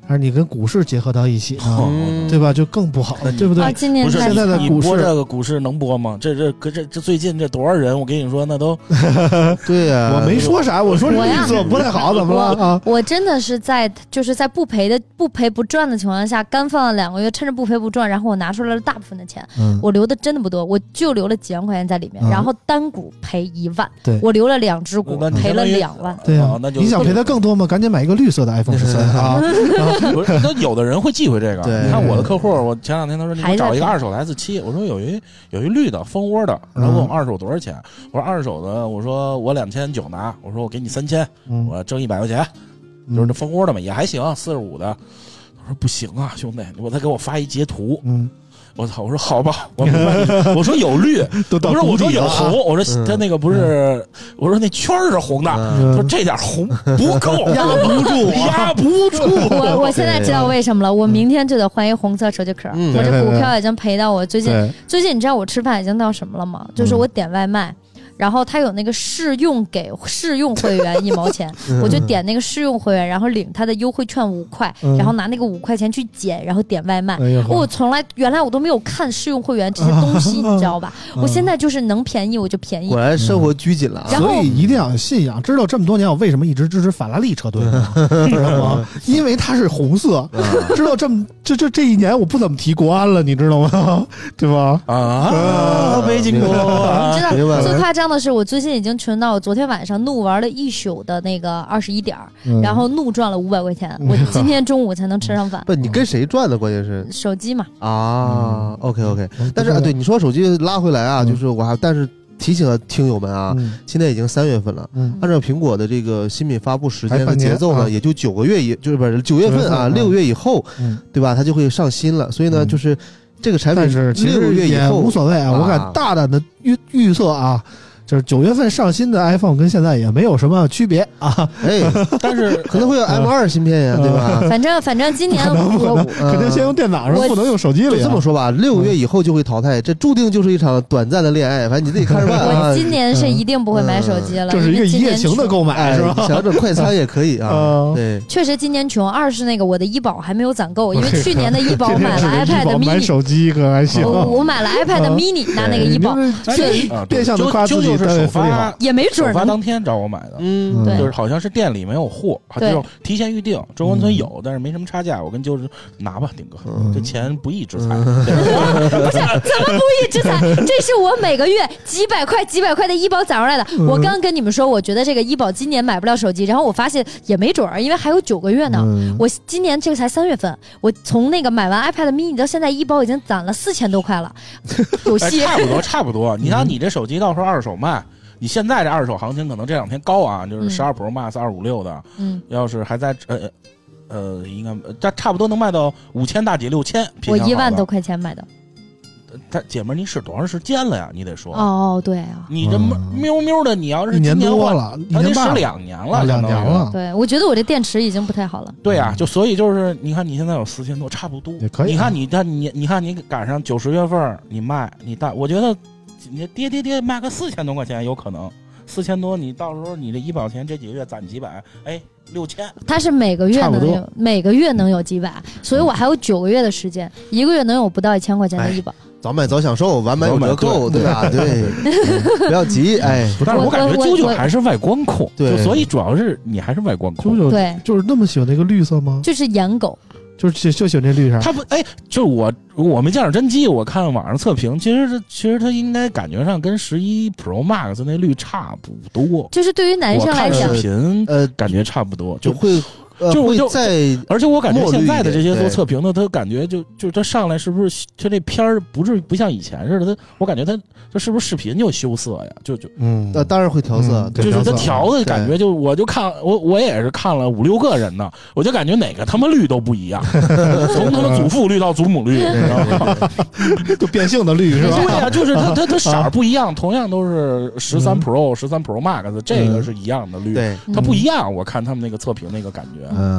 还是你跟股市结合到一起呢？ 嗯对吧？就更不好了，对不对？ 今年不是现在的你股市播这个股市能播吗？这最近这多少人？我跟你说，那都对呀， 我没说啥，我说我呀绿色不太好，怎么了啊？ 我真的是在不赔不赚的情况下，干放了2个月，趁着不赔不赚，然后我拿出来了大部分的钱，我留的真的不多，我就留了几万块钱在里面，然后单股赔1万， 对， 我留了2只股赔了2万。 对呀， 那就你想赔的更多吗？赶紧买一个绿色的 iPhone 13啊！ 不是，那有的人会忌讳这个。 对你看我的客户，我前2天他说你给我找一个2手的 S7，我说有一绿的蜂窝的，然后问我2手多少钱？我说2手的，我说我2900拿，我说我给你3000，我挣100块钱，就是这蜂窝的嘛，也还行，45的。他说不行啊，兄弟，他给我发一截图，我操！我说好吧，我明白你。我说有绿，不是我说有红，我说他那个不是，我说那圈是红的，他说这点红不够，压不住，压不住。 我现在知道为什么了，我明天就得换一红色手机壳。我这股票已经赔到我最近，你知道我吃饭已经到什么了吗？就是我点外卖。然后他有那个试用会员1毛钱，我就点那个试用会员，然后领他的优惠券5块，然后拿那个5块钱去减，然后点外卖。我原来我都没有看试用会员这些东西，你知道吧？我现在就是能便宜我就便宜。 果然生活拘谨了， 所以一定要有信仰。知道这么多年我为什么一直支持法拉利车队吗？知道吗？因为它是红色。知道这一年我不怎么提国安了，你知道吗？对吧？ 北京国安， 你知道最夸张的是，我最近已经存到我昨天晚上怒玩了1宿的那个21点，然后怒赚了500块钱，我今天中午才能吃上饭。 不，你跟谁赚的？关键是手机嘛。 啊，OK， 但是对你说手机拉回来啊，就是但是提醒听友们啊，现在已经3月份了，按照苹果的这个新品发布时间和节奏呢，也就9个月，就是不是9月份啊，6个月以后，对吧？它就会上新了，所以呢，就是这个产品6个月以后无所谓啊，我敢大胆的预测啊。就是9月份上新的 iPhone 跟现在也没有什么区别啊， 但是可能会有 M2 芯片呀，对吧？ 反正今年我肯定先用电脑上，不能用手机里。 这么说吧，6个月以后就会淘汰，这注定就是一场短暂的恋爱，反正你自己看着办啊。 我今年是一定不会买手机了， 这是一个一夜情的购买，是吧？ 想要这快餐也可以啊。对， 确实今年穷。2是那个我的医保还没有攒够，因为去年的医保买了 iPad mini， 买手机可还行。 我买了 iPad mini，拿那个医保， 变相的夸自己单位福利好。 也没准首发当天找我买的， 对， 就是好像是店里没有货，就是提前预定，中关村有，但是没什么差价。我跟就是拿吧，顶哥，这钱不义之财， 不是怎么不义之财？这是我每个月几百块的医保攒出来的。我刚跟你们说，我觉得这个医保今年买不了手机，然后我发现也没准儿，因为还有9个月呢。我今年这个才3月份，我从那个买完 iPad mini 到现在，医保已经攒了4000多块了，有戏。 差不多。你看你这手机到时候2手卖。你现在这2手行情可能这2天高啊，就是12 Pro Max 256的，要是还在应该差不多能卖到5000大几6000， 我1万多块钱买的。 他姐们儿，你使多长时间了呀？你得说哦，对啊， 你这喵的，你要是 1年多了， 他得使2年了 ，2年了。 对，我觉得我这电池已经不太好了。 对啊，所以就是你看你现在有4000多，差不多也可以。 你看你赶上9、10月份你卖你我觉得。你跌卖个4000多块钱有可能，4000多你到时候你这医保钱这几个月攒几百，6000。 它是每个月能有几百，所以我还有9个月的时间，1个月能有不到1000块钱的医保。 早买早享受，晚买有折扣，对吧？对，不要急， 但是我感觉啾啾还是外观控， 对， 所以主要是你还是外观控。 对， 就是那么喜欢那个绿色吗？ 就是颜狗。 就喜欢这绿色， 他不就是我没见着真机，我看网上测评，其实它应该感觉上跟11 Pro Max 那绿差不多， 就是对于男生来讲， 视频感觉差不多， 就会。 而且我感觉现在的这些做测评的，他感觉就是他上来是不是他这片儿不像以前似的，我感觉他是不是视频就羞涩呀？ 当然会调色， 就是他调的感觉我就看我也是看了5、6个人呢，我就感觉哪个他妈绿都不一样，从他妈祖父绿到祖母绿，你知道吗？ 就变性的绿是吧？ 对呀，就是它色儿不一样，同样都是13 Pro、13 Pro Max，这个是一样的绿，它不一样。我看他们那个测评那个感觉。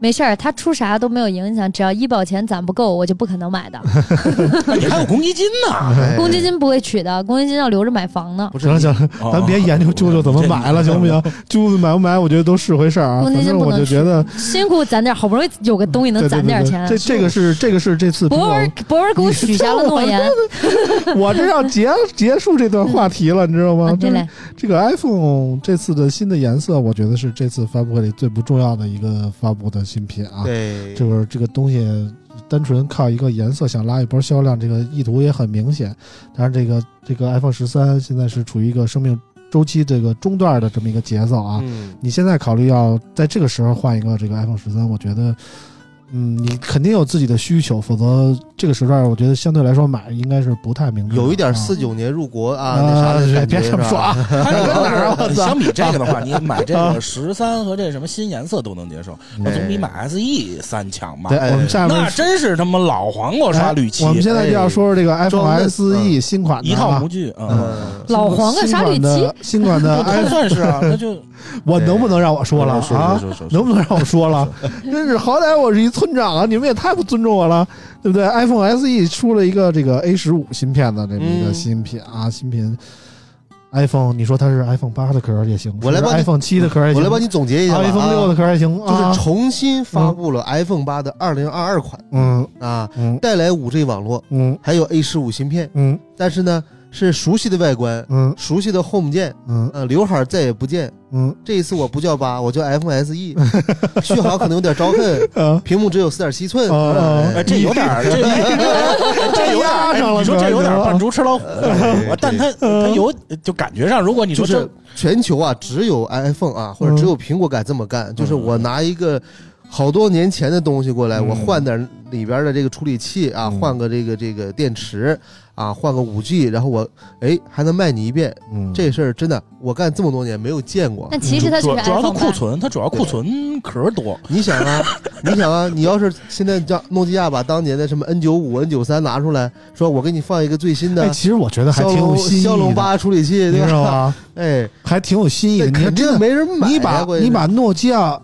没事儿，它出啥都没有影响，只要医保钱攒不够，我就不可能买的。 你还有公积金呢？ 公积金不会取的，公积金要留着买房呢。 不是行了行了，咱别研究舅舅怎么买了，行不行？舅舅买不买，我觉得都是回事啊。 公积金不能我就觉得辛苦攒点，好不容易有个东西能攒点钱。 这个是这次博文给我许下了诺言。 我这要结束这段话题了，你知道吗？ 对嘞， 这个 iPhone 这次的新的颜色，我觉得是这次发布会里最不重要的一个发布的新品啊。 对， 这个东西单纯靠一个颜色想拉一波销量，这个意图也很明显。当然，这个 iPhone 13现在是处于一个生命周期这个中段的这么一个节奏啊。你现在考虑要在这个时候换一个这个 iPhone 13，我觉得。你肯定有自己的需求，否则这个时段我觉得相对来说买应该是不太明智。 有一点49年入国那啥的感觉， 别这么说啊！ 相比这个的话，你买这个13和这什么新颜色都能接受，那总比买 SE3强吧？ 对，我们下面那真是他妈老黄瓜刷绿漆。 我们现在就要说说这个 iPhone SE 新款的一套模具， 老黄瓜刷绿漆， 新款的还算是啊，那就我能不能让我说了啊？能不能让我说了？真是好歹我是一村长啊！你们也太不尊重我了，对不对 ？iPhone SE 出了一个这个 A15芯片的这么一个新品啊，新品。iPhone， 你说它是 iPhone 8的壳也行， 我来帮 iPhone 7的壳也行， 我来帮你总结一下 ，iPhone 6的壳也行， 就是重新发布了 iPhone 8的2022款，带来 5G 网络，还有 A15 芯片，但是呢是熟悉的外观，熟悉的 Home 键，刘海再也不见，这一次我不叫8，我叫 iPhone SE， 续航可能有点招恨，屏幕只有4.7寸， 这有点这压上了，你说这有点扮猪吃老虎，但它有就感觉上，如果你说就是全球啊只有 iPhone 啊或者只有苹果敢这么干，就是我拿一个好多年前的东西过来，我换点里边的这个处理器啊，换个这个电池啊，换个5G， 然后我还能卖你一遍，这事儿真的我干这么多年没有见过。 但其实它主要的库存，它主要库存壳多。 你想啊，你要是现在叫诺基亚把当年的什么 N95、N93 拿出来，说我给你放一个最新的， 其实我觉得还挺有新意的骁龙8处理器， 你知道吗？还挺有新意的。 肯定没人买。 你把诺基亚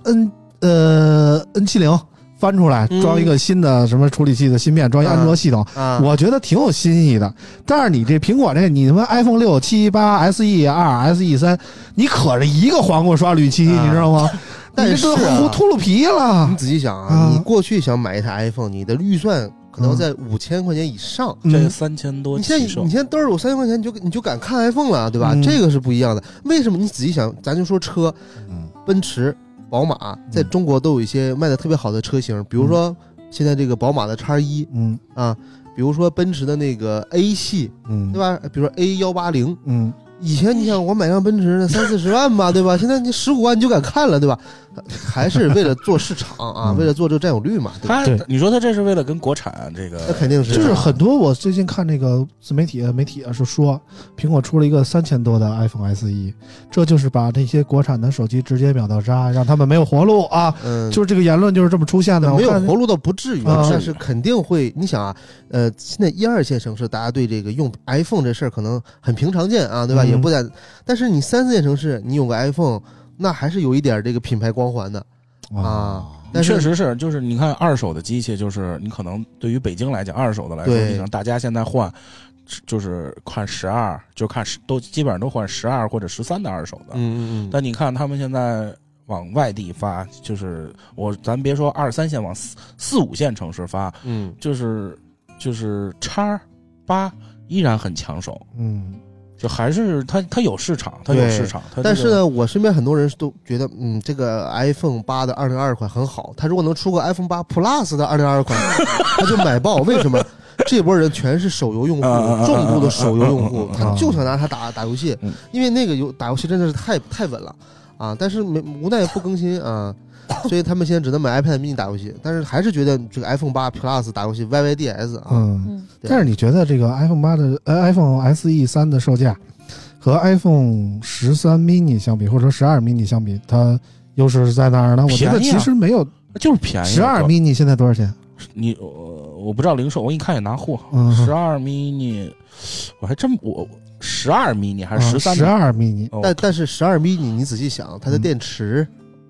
N70翻出来，装一个新的什么处理器的芯片，装一安卓系统，我觉得挺有新意的。但是你这苹果这，你他妈 iPhone 6、7、8、SE2、SE3，你可是一个黄瓜刷绿漆，你知道吗？ 但是秃噜皮了。 你仔细想啊，你过去想买一台 iPhone， 你的预算可能在5000块钱以上， 这3000多。 你现在兜儿有3000块钱，你就敢看 iPhone 了，对吧？这个是不一样的。为什么？你仔细想，咱就说车，奔驰、宝马在中国都有一些卖的特别好的车型，比如说现在这个宝马的 X1，比如说奔驰的那个 A 系，对吧？比如说 A180，以前你想我买辆奔驰30-40万吧，对吧？现在你15万你就敢看了，对吧？还是为了做市场啊，为了做这个占有率嘛。 对，你说他这是为了跟国产这个， 那肯定是。 就是很多我最近看那个自媒体是说，苹果出了一个3000多的 iPhone SE， 这就是把这些国产的手机直接秒到渣，让他们没有活路啊。就是这个言论就是这么出现的。 没有活路倒不至于，但是肯定会。你想啊，现在1、2线城市大家对这个用 iPhone 这事儿可能很平常见啊，对吧？也不但，但是你3、4线城市你有个 iPhone， 那还是有一点这个品牌光环的啊。但是确实是，就是你看二手的机器，就是你可能对于北京来讲，二手的来说，你想大家现在换，就是看12，就看都基本上都换12或者13的二手的。但你看他们现在往外地发，就是咱别说2、3线，往4、5线城市发，就是X8依然很抢手。就还是它有市场，它有市场。 但是呢，我身边很多人都觉得，这个 iPhone 8的2022款很好，他如果能出个 iPhone 8 Plus 的2022款，他就买爆。为什么？这波人全是手游用户，重度的手游用户，他就想拿它打游戏，因为那个打游戏真的是太稳了啊！但是无奈不更新啊，所以他们现在只能买 iPad mini 打游戏，但是还是觉得这个 iPhone 8 Plus 打游戏 YYDS 啊。 但是你觉得这个 iPhone 8的iPhone SE 3的售价和 iPhone 13 mini 相比，或者说12 mini 相比，它优势是在哪儿呢？我觉得其实没有， 就是便宜。 12 mini 现在多少钱？ 我不知道零售，我给你看也拿货。12 mini， 我还真12 mini 还是13？12 mini， 但是12 mini 你仔细想，它的电池。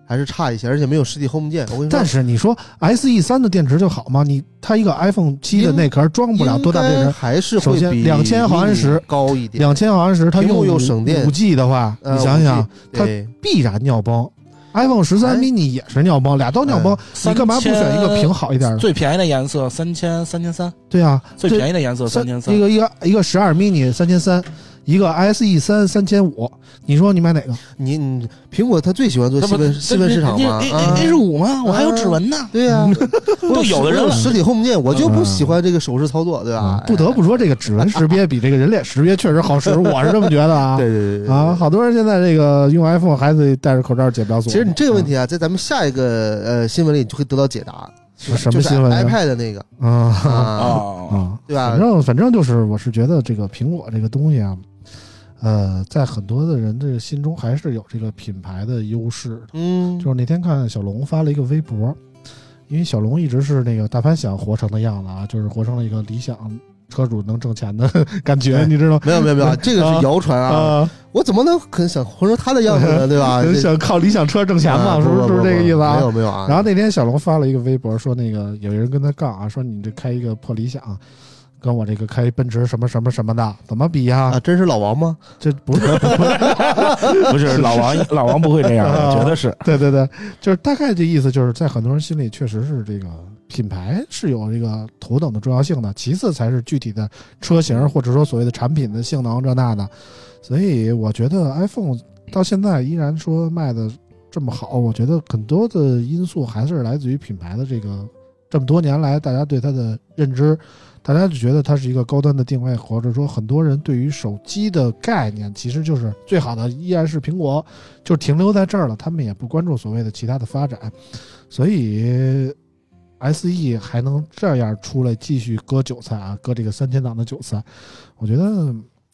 还是差一些，而且没有实体 Home 键。我跟你说， 但是你说 SE3 的电池就好吗？它一个 iPhone 7的内壳装不了多大电池， 还是首先2000毫安时高一点 ，2000毫安时它用又省电 5G 的话，你想想，它必然尿崩。iPhone 13 mini 也是尿崩，俩都尿崩，你干嘛不选一个屏好一点的？ 最便宜的颜色3000、3300。 对啊， 最便宜的颜色3300。 一个12 mini 3300，一个 SE3 3500，你说你买哪个？ 你苹果他最喜欢做细分市场嘛 ？A15吗？我还有指纹呢。 对呀， 都有的人了实体 Home 键，我就不喜欢这个手势操作，对吧？ 不得不说，这个指纹识别比这个人脸识别确实好使，我是这么觉得啊。 对啊，好多人现在这个用 iPhone 还得戴着口罩解不了锁。 其实你这个问题啊，在咱们下一个新闻里你就会得到解答。 什么新闻 ？iPad 的那个对吧？ 反正就是，我是觉得这个苹果这个东西啊。在很多的人这个心中还是有这个品牌的优势的。就是那天看小龙发了一个微博，因为小龙一直是那个大潘想活成的样子啊，就是活成了一个理想车主能挣钱的感觉，你知道？ 没有，这个是谣传啊！我怎么能很想活成他的样子呢？对吧？ 想靠理想车挣钱嘛？是不是这个意思啊？ 没有啊！ 然后那天小龙发了一个微博，说那个有人跟他杠啊，说你这开一个破理想。跟我这个开奔驰什么什么什么的怎么比呀？ 真是老王吗？ 这不是不是老王不会这样，我觉得是对，就是大概这意思，就是在很多人心里确实是这个品牌是有这个头等的重要性的，其次才是具体的车型或者说所谓的产品的性能这那的。所以我觉得 iPhone 到现在依然说卖的这么好，我觉得很多的因素还是来自于品牌的这么多年来大家对它的认知。大家就觉得它是一个高端的定位，或者说很多人对于手机的概念其实就是最好的依然是苹果，就停留在这儿了，他们也不关注所谓的其他的发展。所以 SE 还能这样出来继续割韭菜啊，割这个3000档的韭菜，我觉得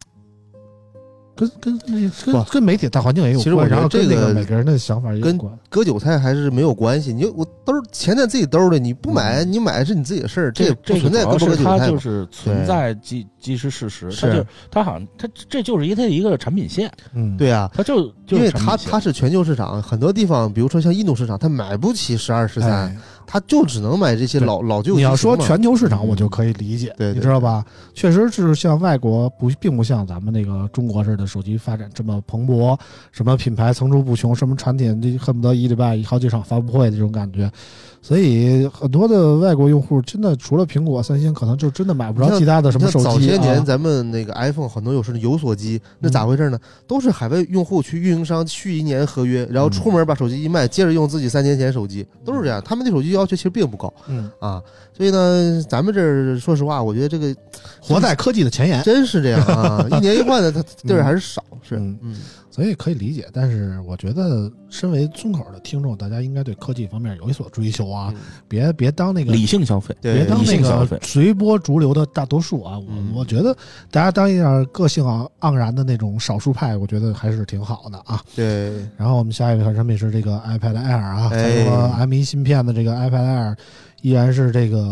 跟媒体大环境也有关。 其实我觉得这个每个人的想法也有关， 割韭菜还是没有关系。我钱在自己兜里，你不买，你买的是你自己的事儿，这也不存在割不割韭菜。 它就是存在即时事实，它好像这就是它的一个产品线。 对啊， 它就因为它是全球市场，很多地方，比如说像印度市场，它买不起12、13。他就只能买这些老旧。 你要说全球市场，我就可以理解， 对， 你知道吧？确实是像外国并不像咱们那个中国似的手机发展这么蓬勃，什么品牌层出不穷，什么产品恨不得一礼拜好几场发布会这种感觉。所以很多的外国用户真的除了苹果、三星，可能就真的买不着其他的什么手机。 早些年咱们那个 iPhone 很多有所机，那咋回事呢？都是海外用户去运营商续1年合约，然后出门把手机一卖，接着用自己3年前手机，都是这样。他们对手机要求其实并不高，所以呢，咱们这儿说实话，我觉得这个活在科技的前沿， 真是这样啊！1年1换的，它地儿还是少， 所以可以理解。但是我觉得，身为村口的听众，大家应该对科技方面有所追求啊，别当那个理性消费， 别当那个随波逐流的大多数啊。我觉得大家当一点个性盎然的那种少数派，我觉得还是挺好的啊。 对。 然后我们下一个产品是这个 iPad Air 啊，采用了 M1 芯片的这个 iPad Air，依然是这个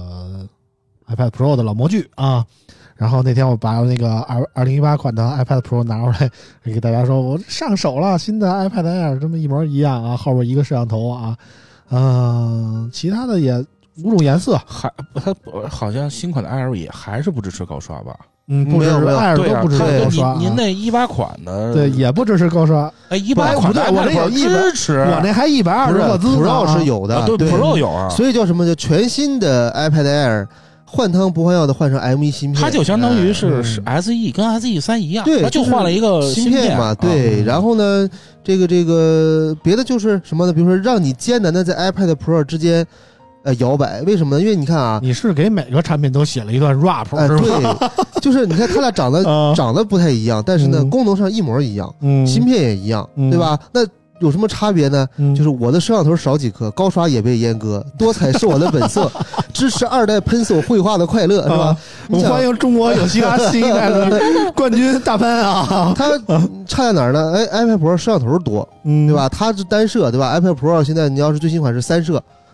iPad Pro 的老模具啊。然后那天我把那个2018款的 iPad Pro 拿出来给大家说，我上手了，新的 iPad Air 这么一模一样啊，后边一个摄像头啊，其他的也5种颜色， 它好像新款的 Air 也还是不支持高刷吧？ 不支持 Air 都不支持高刷。 您那18款的对也不支持高刷 ，18款的我那有支持， 我那还120赫兹 Pro 是有的， 对 Pro 有啊， 所以叫什么叫全新的 iPad Air。换汤不换药的换成 M1 芯片， 它就相当于是 SE 跟 SE3 一样， 对， 它就换了一个芯片嘛，对。然后呢，这个别的就是什么呢？比如说让你艰难的在 iPad Pro 之间摇摆，为什么呢？因为你看啊， 你是给每个产品都写了一段 rap，是吧？ 对，就是你看它俩长得不太一样，但是呢，功能上一模一样，芯片也一样，对吧？那有什么差别呢？就是我的摄像头少几颗，高刷也被阉割，多彩是我的本色，支持2代喷手绘画的快乐，是吧？ 我欢迎中国有嘻哈新一代的冠军大潘啊！ 它差在哪儿呢？iPad Pro 摄像头多，对吧？它是单摄，对吧？iPad Pro 现在你要是最新款是3摄，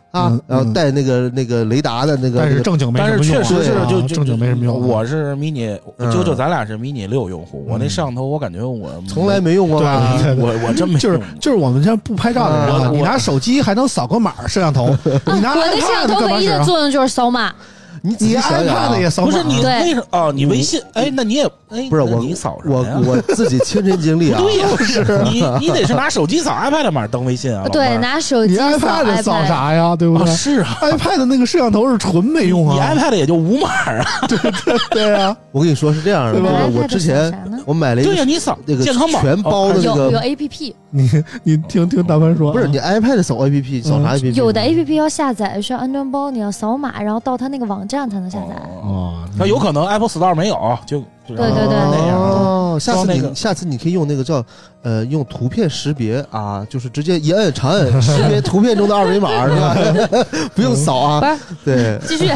啊，然后带那个雷达的那个， 但是正经没什么用， 但是确实是就正经没什么用。 我是 mini，就咱俩是 mini 6用户，我那摄像头我感觉我从来没用过， 我真没用。 就是我们这不拍照的人，你拿手机还能扫个码，摄像头，你拿我的摄像头唯一的作用就是扫码。 你 iPad 也扫码， 不是你为什么哦？你微信那你也不是你扫什么呀？ 我自己亲身经历啊， 对呀，你得是拿手机扫 iPad 码登微信啊。 对，拿手机扫 iPad 扫啥呀？对不对？ 是啊 ，iPad 那个摄像头是纯没用啊， 你 iPad 也就5码啊。 对啊， 我跟你说是这样的，我之前我买了一个， 对呀，你扫那个健康宝全包的那个有 APP， 你听大潘说， 不是你 iPad 扫 APP 扫啥 APP？ 有的 APP 要下载，需要安装包，你要扫码，然后到它那个网站才能下载。 那有可能 Apple Store 没有，就对那样。 哦，下次你可以用那个叫用图片识别啊，就是直接一摁长摁识别图片中的二维码是吧？不用扫啊。对， 继续。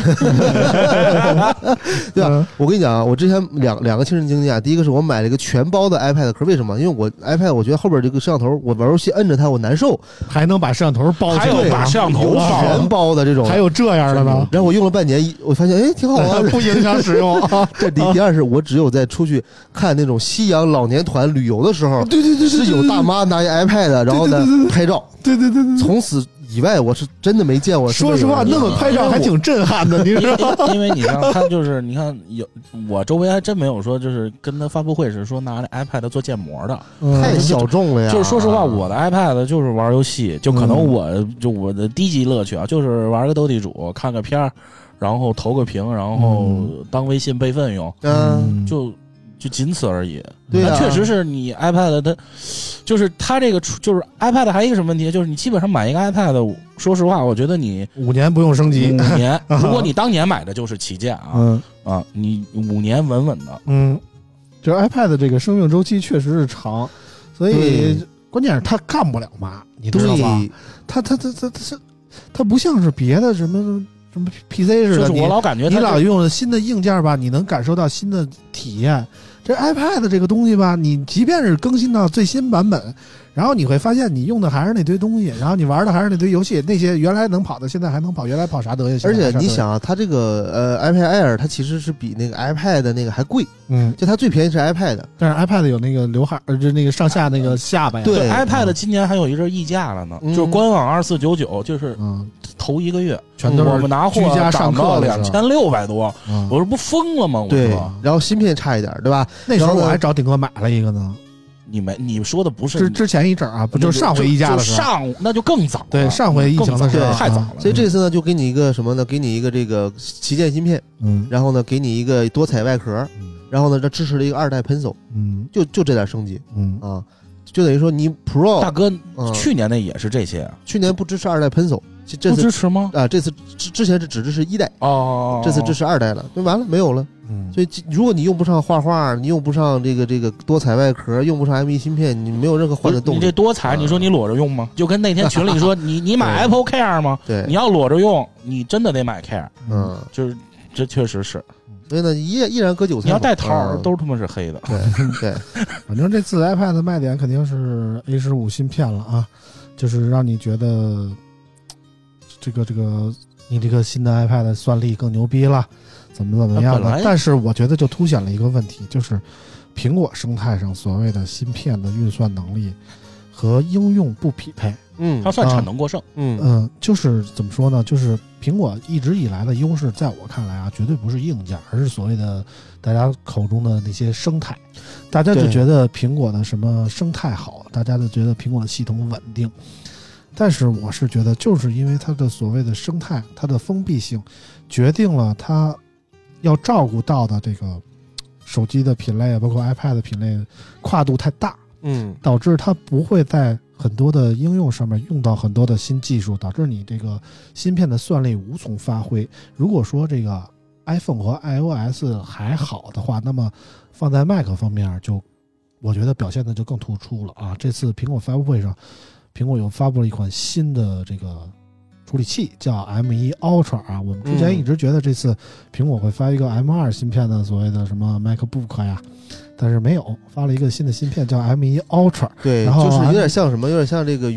对吧？我跟你讲啊，我之前两个亲身经历啊，第一个是我买了一个全包的 iPad， 可是为什么？因为我 iPad 我觉得后边这个摄像头，我玩游戏摁着它我难受， 还能把摄像头包起来， 还有把摄像头全包的这种， 还有这样的呢。 然后我用了半年，我发现挺好玩， 不影响使用。 这第二是我只有在出去看那种西洋老年团旅游的时候， 对， 是有大妈拿一 iPad， 然后呢拍照， 对， 从此以外我是真的没见过。 说实话，那么拍照还挺震撼的，你知道吗？ 因为你看他就是你看我周围还真没有说就是跟他发布会时说拿那 iPad 做建模的， 太小众了呀。 就是说实话，我的 iPad 就是玩游戏，就可能我的低级乐趣啊，就是玩个斗地主，看个片儿，然后投个屏，然后当微信备份用，就仅此而已。 对啊， 确实是你 iPad 它就是它这个就是 iPad 还有一个什么问题，就是你基本上买一个 iPad， 说实话，我觉得你 5年不用升级 ，5年，如果你当年买的就是旗舰啊，你5年稳稳的。 就是 iPad 这个生命周期确实是长，所以关键是它干不了嘛，你知道吧？它不像是别的什么 PC 似的， 就是我老感觉你老用新的硬件吧，你能感受到新的体验。这 iPad 这个东西吧，你即便是更新到最新版本，然后你会发现你用的还是那堆东西，然后你玩的还是那堆游戏，那些原来能跑的现在还能跑，原来跑啥德行。 而且你想啊，它这个iPad Air 它其实是比那个 iPad 的那个还贵，就它最便宜是 iPad， 但是 iPad 有那个刘海就那个上下那个下巴呀。 对 ，iPad 今年还有一阵溢价了呢，就是官网2499，就是头1个月全都是我们拿货居家上课 2600多，我说不疯了吗？我对， 说， 然后芯片差一点，对吧？ 那时候我还找顶哥买了一个呢。 你说的不是之前一阵啊，不就是上回溢价的时候？ 那就更早了。 对，上回疫情的时候太早了。 所以这次呢，就给你一个什么呢？给你一个这个旗舰芯片，然后呢，给你一个多彩外壳，然后呢，这支持了一个2代Pencil，就这点升级，就等于说你 Pro 大哥，去年那也是这些， 去年不支持2代Pencil，这次不支持吗？ 啊，这次之前是只支持1代，这次支持2代了，那完了没有了。所以如果你用不上画画，你用不上这个多彩外壳，用不上 M1 芯片，你没有任何换的动力。 你这多彩，你说你裸着用吗？就跟那天群里说，你买 Apple Care 吗？ 对， 你要裸着用，你真的得买 Care。就是这确实是。 所以呢，依然割韭菜。 你要带套都他妈是黑的。 对， 反正这次 iPad 的卖点肯定是 A15 芯片了啊，就是让你觉得这个你这个新的 iPad 算力更牛逼了。怎么样的？但是我觉得就凸显了一个问题，就是苹果生态上所谓的芯片的运算能力和应用不匹配。 它算产能过剩。 就是怎么说呢？就是苹果一直以来的优势，在我看来啊，绝对不是硬件，而是所谓的大家口中的那些生态。大家就觉得苹果的什么生态好，大家就觉得苹果的系统稳定。但是我是觉得，就是因为它的所谓的生态，它的封闭性，决定了它要照顾到的这个手机的品类，包括 iPad 的品类跨度太大，导致它不会在很多的应用上面用到很多的新技术，导致你这个芯片的算力无从发挥。如果说这个 iPhone 和 iOS 还好的话，那么放在 Mac 方面就我觉得表现的就更突出了啊！这次苹果发布会上，苹果又发布了一款新的这个处理器叫 M1 Ultra 啊，我们之前一直觉得这次苹果会发一个 M2 芯片的所谓的什么 MacBook 呀，但是没有，发了一个新的芯片叫 M1 Ultra。 对， 然后就是有点像什么，有点像这个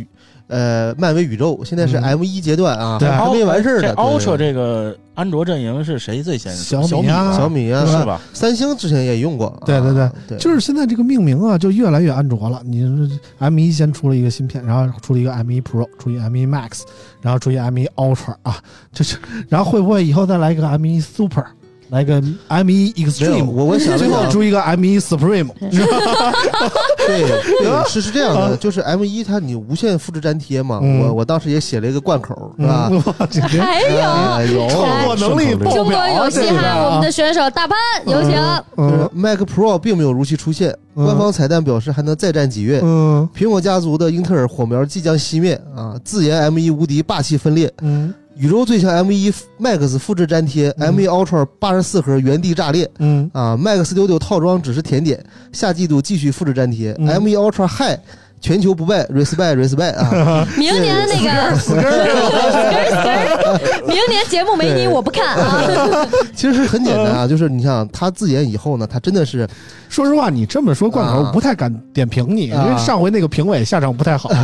漫威宇宙，现在是 M1 阶段啊， 对还没完事儿呢。 Ultra 这个安卓阵营是谁最先？ 小米啊， 小米啊， 是吧？ 三星之前也用过。 对对对， 对， 就是现在这个命名啊，就越来越安卓了。你 M1 先出了一个芯片，然后出了一个 M1 Pro， 出一个 M1 Max， 然后出一个 M1 Ultra 啊，这是，然后会不会以后再来一个 M1 Super？来个 M1 Extreme， 我想最后出一个 M1 Supreme， 对，是这样的，就是 M1 它你无限复制粘贴嘛，我当时也写了一个贯口，是吧？ 还有创作能力爆表， 中国有嘻哈，我们的选手大潘有请。 Mac Pro 并没有如期出现，官方彩蛋表示还能再战几月。苹果家族的英特尔火苗即将熄灭啊！自研 M1 无敌，霸气分裂。宇宙最强 M1 Max 复制粘贴，M1 Ultra 84核原地炸裂。Max Studio 套装只是甜点，下季度继续复制粘贴。M1 Ultra High 全球不败 ，respect 啊！ 明年那个明年节目没你我不看啊！ 其实是很简单啊，就是你想他自研以后呢，他真的是， 说实话，你这么说贯口，我不太敢点评你，因为上回那个评委下场不太好，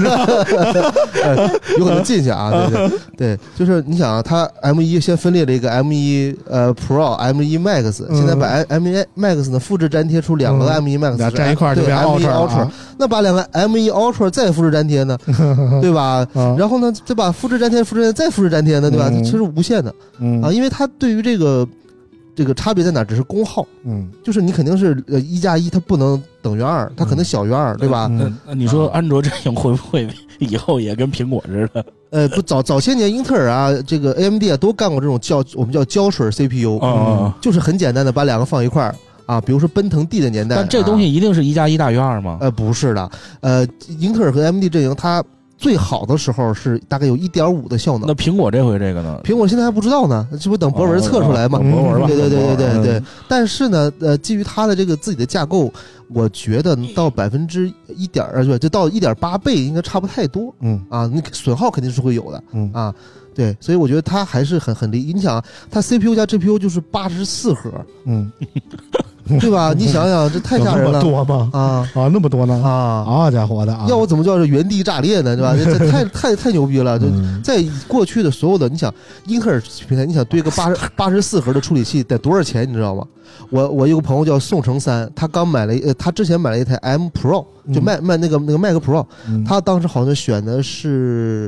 有可能进去啊，对，就是你想啊，他 M1 先分裂了一个 M1 Pro、M1 Max， 现在把 M1 Max 呢复制粘贴出两个 M1 Max 俩站一块就变 Ultra， 那把两个 M1 Ultra 再复制粘贴呢，对吧？然后呢，再把复制粘贴再复制粘贴呢，对吧？其实无限的啊，因为它对于这个差别在哪？只是功耗，就是你肯定是1+1，它不能等于2，它可能小于2，对吧？ 那你说安卓阵营会不会以后也跟苹果似的？ 不，早些年英特尔啊，这个 AMD 啊都干过这种我们叫胶水 CPU，就是很简单的把两个放一块儿。啊，比如说奔腾 D 的年代， 但这东西一定是1+1大于2吗？ 不是的，英特尔和 AMD 阵营它最好的时候是大概有 1.5 的效能。 那苹果这回这个呢？ 苹果现在还不知道呢，这不等博文测出来嘛？ 博文吧。 对。但是呢，基于它的这个自己的架构，我觉得到1%就到1.8倍应该差不太多。你损耗肯定是会有的。啊。对，所以我觉得它还是很厉害。你想，它 CPU 加 GPU 就是84核，对吧？你想想，这太吓人了， 那么多吗？那么多呢？好家伙的啊！ 要我怎么叫这原地炸裂呢？对吧？这太牛逼了！就在过去的所有的，你想英特尔平台，你想堆个84核的处理器得多少钱？你知道吗？我有个朋友叫宋成三，他刚买了他之前买了一台 M Pro， 就卖那个 Mac Pro，他当时好像选的是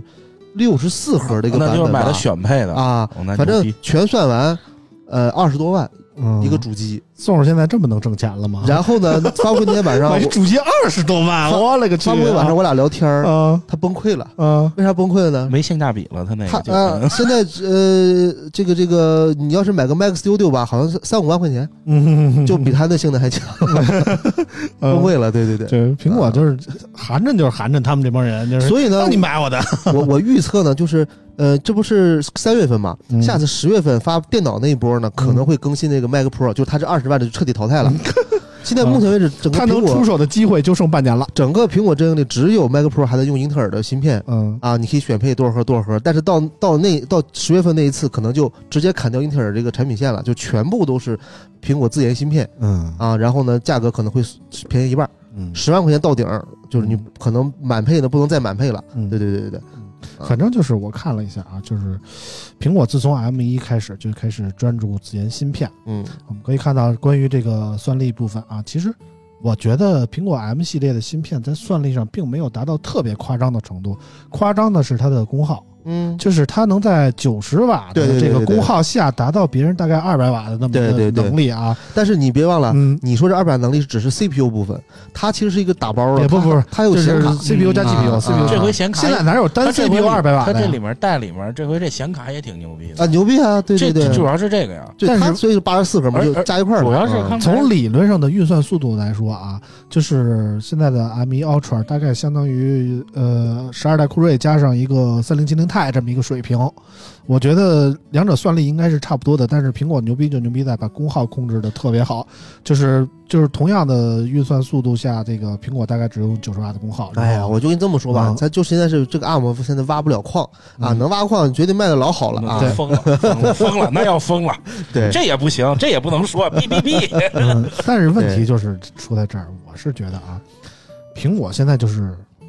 64核的一个版本吧， 那就是买了选配的啊，反正全算完，20多万一个主机。 宋儿现在这么能挣钱了吗？ 然后呢，发布会那天晚上， 买主机20多万，我勒个去！ 发布会晚上我俩聊天他崩溃了。为啥崩溃了呢？ 没性价比了，他那个。 现在这个，你要是买个 Mac Studio 吧，好像是3-5万块钱，就比他的性能还强，崩溃了。对。 这苹果就是寒碜他们这帮人，就是所以呢， 你买我的， 我预测呢，就是这不是3月份嘛，下次10月份发电脑那一波呢，可能会更新那个 Mac Pro，就它这20万的就彻底淘汰了。现在目前为止，整个它能出手的机会就剩半年了。 整个苹果阵营里只有 Mac Pro 还在用英特尔的芯片，你可以选配多少核，但是到10月份那一次，可能就直接砍掉英特尔这个产品线了，就全部都是苹果自研芯片，然后呢，价格可能会便宜一半，10万块钱到顶，就是你可能满配的不能再满配了。对。 反正就是我看了一下啊，就是苹果自从 M1 开始就开始专注自研芯片。我们可以看到关于这个算力部分啊，其实我觉得苹果 M 系列的芯片在算力上并没有达到特别夸张的程度，夸张的是它的功耗。就是它能在90瓦的这个功耗下达到别人大概200瓦的那么的能力啊。 但是你别忘了，你说这200瓦能力只是 CPU 部分，它其实是一个打包的。 也不， 它有显卡 ，CPU 加 GPU，CPU 这回显卡现在哪有单 CPU 200瓦的？ 它这里面带里面这回这显卡也挺牛逼的啊，牛逼啊！对， 这主要是这个呀。 但是所以84核嘛，就加一块儿。 主要是从理论上的运算速度来说啊，就是现在的 M1 Ultra 大概相当于12代酷睿加上一个3070 Ti 这么一个水平。我觉得两者算力应该是差不多的，但是苹果牛逼就牛逼在把功耗控制的特别好，就是同样的运算速度下，这个苹果大概只用90瓦的功耗。 哎呀，我就跟你这么说吧，它就现在是这个 ARM 现在挖不了矿啊，能挖矿绝对卖的老好了啊， 疯了，那要疯了， 对， 这也不行，这也不能说，哔。 但是问题就是说在这儿，我是觉得啊，苹果现在就是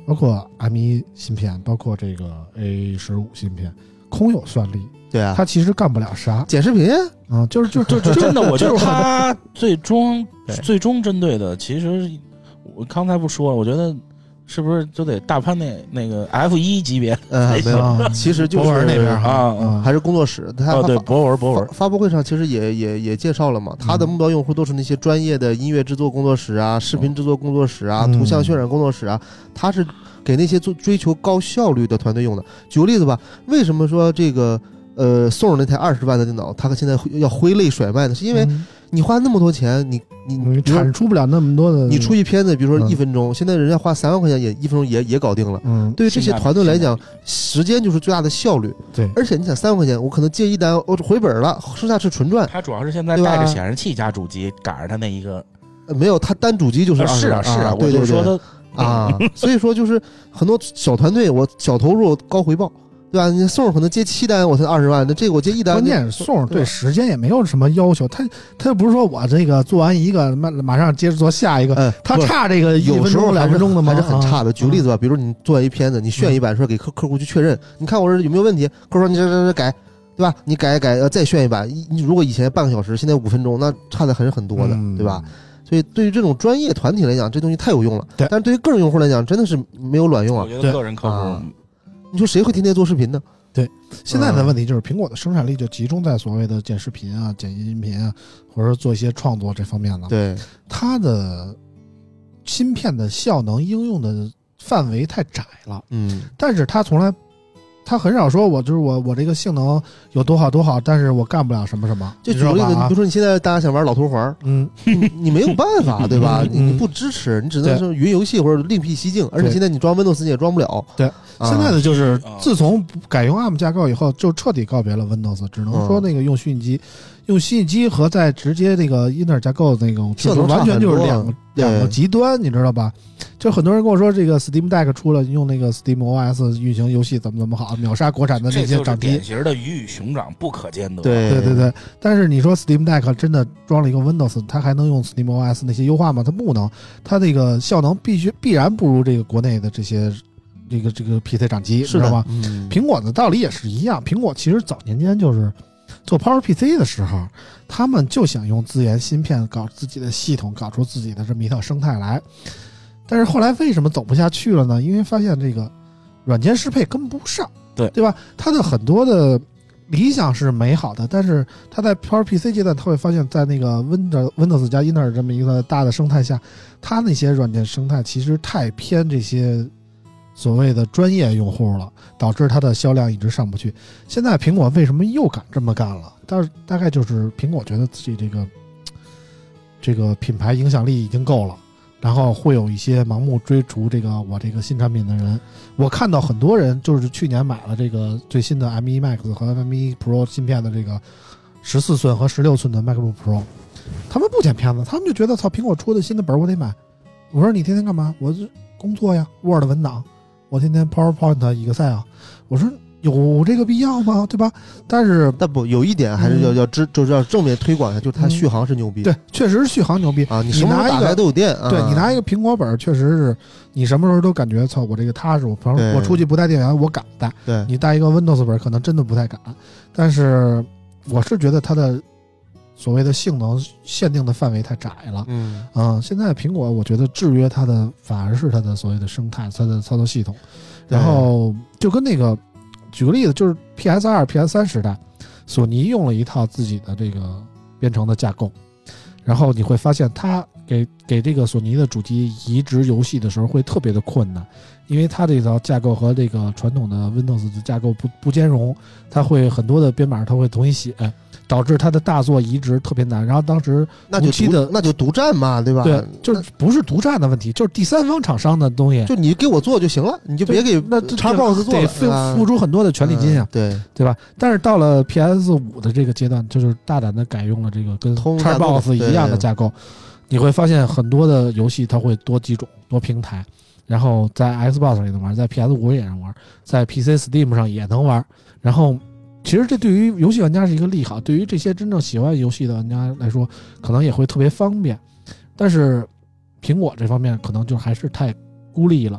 包括 M1 芯片，包括这个 A15 芯片，空有算力， 对啊， 它其实干不了啥。 剪视频啊，就是真的，我觉得它最终对针对的，其实我刚才不说了，我觉得是不是就得大潘那个 F1 级别？ 没有，其实就是博文那边啊， 还是工作室。他对博文发布会上其实也介绍了嘛，他的目标用户都是那些专业的音乐制作工作室啊、视频制作工作室啊、图像渲染工作室啊，他是给那些追求高效率的团队用的。举个例子吧，为什么说这个宋那台20万的电脑，它现在要挥泪甩卖呢？是因为你花那么多钱，你产出不了那么多的。 你出一片子，比如说1分钟，现在人家花3万块钱1分钟也搞定了。对于这些团队来讲，时间就是最大的效率。 对， 而且你想3万块钱，我可能接一单，我回本了，剩下是纯赚。 它主要是现在带着显示器加主机赶上它那一个， 没有，它单主机就是是啊， 对对说它啊，所以说就是很多小团队，我小投入高回报。对吧？你宋可能接7单，我才20万，那这个我接1单。 关键是宋对时间也没有什么要求，他又不是说我这个做完一个，马上接着做下一个，他差这个1分钟2分钟的吗？ 还是很差的。举个例子吧，比如你做完一片子，你炫一版，说给客户去确认，你看我这有没有问题？客户说你这改，对吧？你改再炫一版，你如果以前半个小时，现在5分钟，那差的还是很多的，对吧？所以对于这种专业团体来讲，这东西太有用了。 对， 但是对于个人用户来讲，真的是没有卵用啊。 我觉得个人客户。 你说谁会天天做视频呢？ 对，现在的问题就是苹果的生产力就集中在所谓的剪视频啊、剪音频啊，或者说做一些创作这方面了。 对， 它的芯片的效能应用的范围太窄了。但是它很少说我这个性能有多好，但是我干不了什么什么。 就举个例子，你比如说你现在大家想玩老头环，你没有办法，对吧？你不支持，你只能是云游戏或者另辟蹊径。而且现在你装 Windows 你也装不了。 对，现在的就是自从改用 ARM 架构以后，就彻底告别了 Windows， 只能说那个用虚拟机。用虚拟机和在直接那个英特尔架构那种，就是完全就是两个极端，你知道吧？就很多人跟我说，这个 Steam Deck 出了，用那个 Steam OS 运行游戏怎么好，秒杀国产的那些掌机。 典型的鱼与熊掌不可兼得。 对。 但是你说 Steam Deck 真的装了一个 Windows， 它还能用 Steam OS 那些优化吗？它不能，它这个效能必然不如这个国内的这些这个 PC 掌机，知道吗？苹果的道理也是一样，苹果其实早年间就是做 PowerPC 的时候，他们就想用自研芯片搞自己的系统，搞出自己的这么一套生态来。但是后来为什么走不下去了呢？因为发现这个软件适配跟不上，对吧？它的很多的理想是美好的，但是它在 PowerPC 阶段，它会发现在那个 Windows 加 Intel 这么一个大的生态下，它那些软件生态其实太偏这些所谓的专业用户了，导致它的销量一直上不去。现在苹果为什么又敢这么干了？但是大概就是苹果觉得自己这个品牌影响力已经够了，然后会有一些盲目追逐我这个新产品的人。我看到很多人就是去年买了这个最新的 M1 Max 和 M1 Pro 芯片的这个14寸和16寸的 MacBook Pro， 他们不剪片子，他们就觉得操，苹果出的新的本我得买。我说你天天干嘛？我工作呀 ，Word 文档。我天天 PowerPoint、Excel 啊，我说有这个必要吗？对吧？但不有一点还是就是要正面推广一下，就是它续航是牛逼。 对，确实是续航牛逼啊！你什么时候打开都有电。 对，你拿一个苹果本，确实是你什么时候都感觉操，我这个踏实。我出去不带电源，我敢带。 对， 你带一个 Windows 本，可能真的不太敢。但是我是觉得它的所谓的性能限定的范围太窄了。现在苹果我觉得制约它的反而是它的所谓的生态，它的操作系统。然后就跟那个举个例子，就是 PS2、PS3 时代，索尼用了一套自己的这个编程的架构，然后你会发现它给这个索尼的主机移植游戏的时候会特别的困难，因为它这套架构和这个传统的 Windows 的架构不兼容，它会很多的编码它会重新写，导致它的大作移植特别难。然后当时那就独占嘛，对吧？ 对，就是不是独占的问题，就是第三方厂商的东西， 就你给我做就行了，你就别给那 Xbox 做了， 得付出很多的权利金啊，对吧？但是到了 PS5 的这个阶段，就是大胆的改用了这个跟 Xbox 一样的架构，你会发现很多的游戏它会多几种多平台，然后在 Xbox 上也能玩，在 PS5 也能玩，在 PC Steam 上也能玩。然后其实这对于游戏玩家是一个利好，对于这些真正喜欢游戏的玩家来说可能也会特别方便。但是苹果这方面可能就还是太孤立了。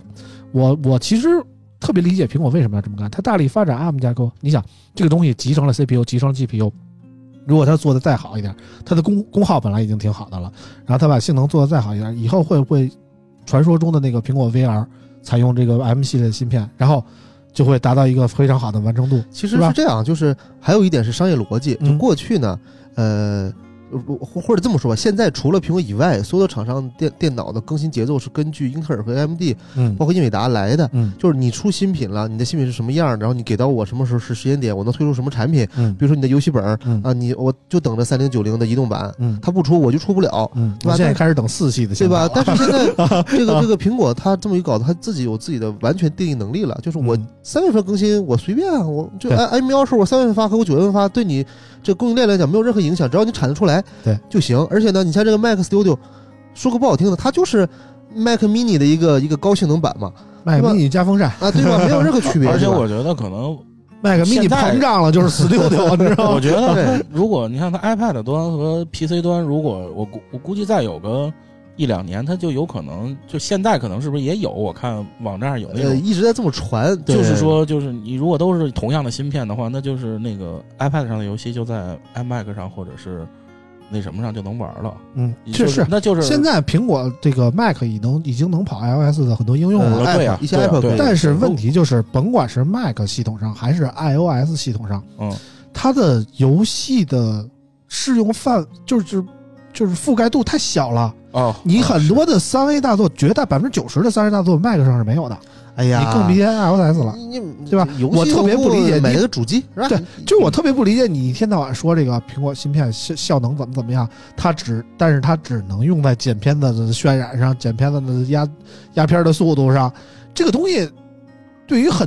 我其实特别理解苹果为什么要这么干，它大力发展 ARM 架构。你想这个东西集成了 CPU， 集成了 GPU， 如果它做的再好一点，它的功耗本来已经挺好的了，然后它把性能做的再好一点，以后会不会传说中的那个苹果 VR 采用这个 M 系列的芯片，然后就会达到一个非常好的完成度？ 其实是这样，就是还有一点是商业逻辑，就过去呢，或者这么说吧，现在除了苹果以外，所有的厂商电脑的更新节奏是根据英特尔和 AMD，包括英伟达来的。就是你出新品了，你的新品是什么样，然后你给到我什么时候是时间点，我能推出什么产品。比如说你的游戏本啊，我就等着3090的移动版，它不出我就出不了。 我现在开始等4系的， 对吧？但是现在这个苹果它这么一搞，它自己有自己的完全定义能力了，就是我3月份更新我随便，我就M1是我3月份发和我9月份发，对你这供应链来讲没有任何影响，只要你产得出来就行。而且呢，你像这个 Mac Studio， 说个不好听的，它就是 Mac Mini 的一个高性能版嘛， Mac Mini 加风扇啊，对吧？没有任何区别。 而且我觉得可能 Mac Mini 膨胀了，就是 Studio， 你知道吗？ 我觉得如果你看它 iPad 端和 PC 端，如果我估计再有个1-2年，它就有可能，就现在可能是不是也有？我看网站上有那种一直在这么传， 就是说，就是你如果都是同样的芯片的话，那就是那个 iPad 上的游戏就在 iMac 上或者是那什么上就能玩了。 确实， 那就是现在苹果这个 Mac 已经能跑 iOS 的很多应用了， 对啊， 一些 App， 但是问题就是，甭管是 Mac 系统上还是 iOS 系统上，它的游戏的适用就是覆盖度太小了。你很多的3A 大作，绝大90%的3A 大作 Mac 上是没有的。 哎呀， 你更别 iOS 了，对吧？我特别不理解买了个主机， 对，就是我特别不理解你一天到晚说这个苹果芯片效能怎么样，但是它只能用在剪片子的渲染上，剪片子的压片的速度上，这个东西对于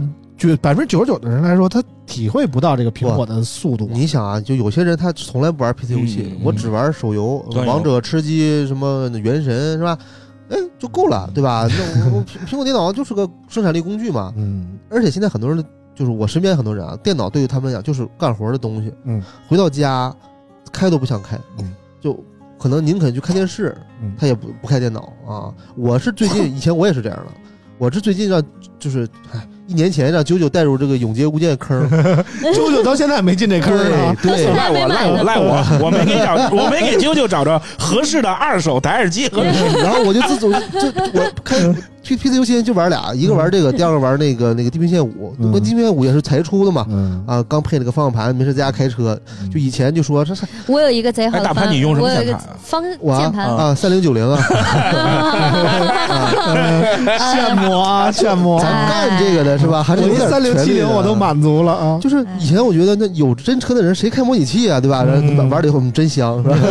99%的人来说，他体会不到这个苹果的速度。 你想啊，就有些人他从来不玩 PC 游戏，我只玩手游，王者、吃鸡什么原神是吧？就够了，对吧？那我苹果电脑就是个生产力工具嘛。而且现在很多人，就是我身边很多人啊，电脑对于他们来讲就是干活的东西。回到家开都不想开，就可能宁肯去看电视，他也不开电脑啊。我是最近以前我也是这样的，我是最近让就是1年前让九带入这个永劫无间坑， 九到现在没进这坑啊！ 对， 赖我，我没给九找着合适的2手台式机， 然后我就我看 PC 游戏就玩俩，一个玩这个，第二个玩那个地平线5，跟地平线5也是才出的嘛，刚配了个方向盘，没事在家开车，就以前就说这是我有一个贼好的大盘，你用什么键盘？ 方键盘啊，3090啊， 羡慕啊！ 咱干这个的是吧？还是有点 3070我都满足了啊！ 就是以前我觉得那有真车的人谁开模拟器啊，对吧？玩了以后真香，是吧？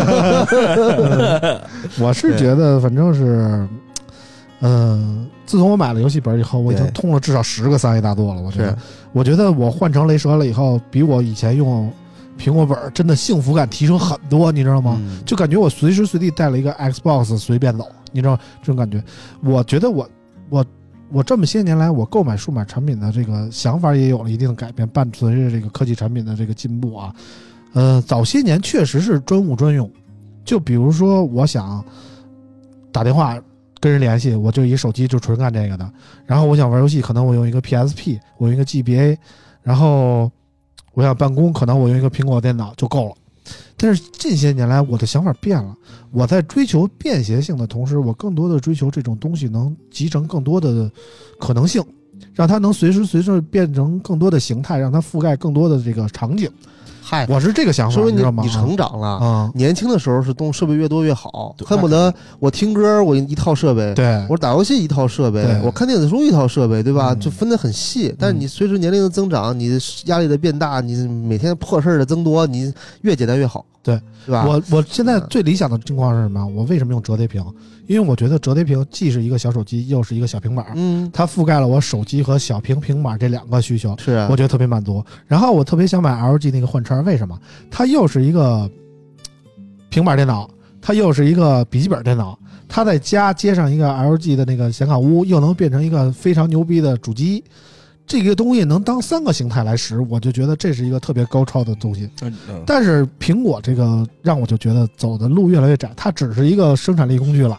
我是觉得反正是。自从我买了游戏本以后，我已经通了至少10个3A 大作了。我觉得我换成雷蛇了以后，比我以前用苹果本真的幸福感提升很多，你知道吗？就感觉我随时随地带了一个 Xbox 随便走，你知道这种感觉。我觉得我这么些年来，我购买数码产品的这个想法也有了一定的改变，伴随着这个科技产品的这个进步啊。早些年确实是专务专用，就比如说我想打电话跟人联系，我就一手机就纯干这个的。然后我想玩游戏，可能我用一个 PSP， 我用一个 GBA， 然后我想办公，可能我用一个苹果电脑就够了。但是近些年来我的想法变了，我在追求便携性的同时，我更多的追求这种东西能集成更多的可能性，让它能随时随地变成更多的形态，让它覆盖更多的这个场景。我是这个想法， 说你知道吗？ 你成长了，年轻的时候是设备越多越好，恨不得我听歌我一套设备， 对， 我打游戏一套设备，我看电子书一套设备，对吧？就分得很细。但是你随着年龄的增长，你的压力的变大，你每天破事的增多，你越简单越好， 对吧？ 我现在最理想的情况是什么？我为什么用折叠屏？因为我觉得折叠屏既是一个小手机，又是一个小平板，它覆盖了我手机和小平板这2个需求， 是啊， 我觉得特别满足。然后我特别想买 LG 那个换车，为什么？它又是一个平板电脑，它又是一个笔记本电脑，它在家接上一个 LG 的那个显卡坞，又能变成一个非常牛逼的主机。这个东西能当3个形态来使，我就觉得这是一个特别高超的东西。但是苹果这个让我就觉得走的路越来越窄，它只是一个生产力工具了。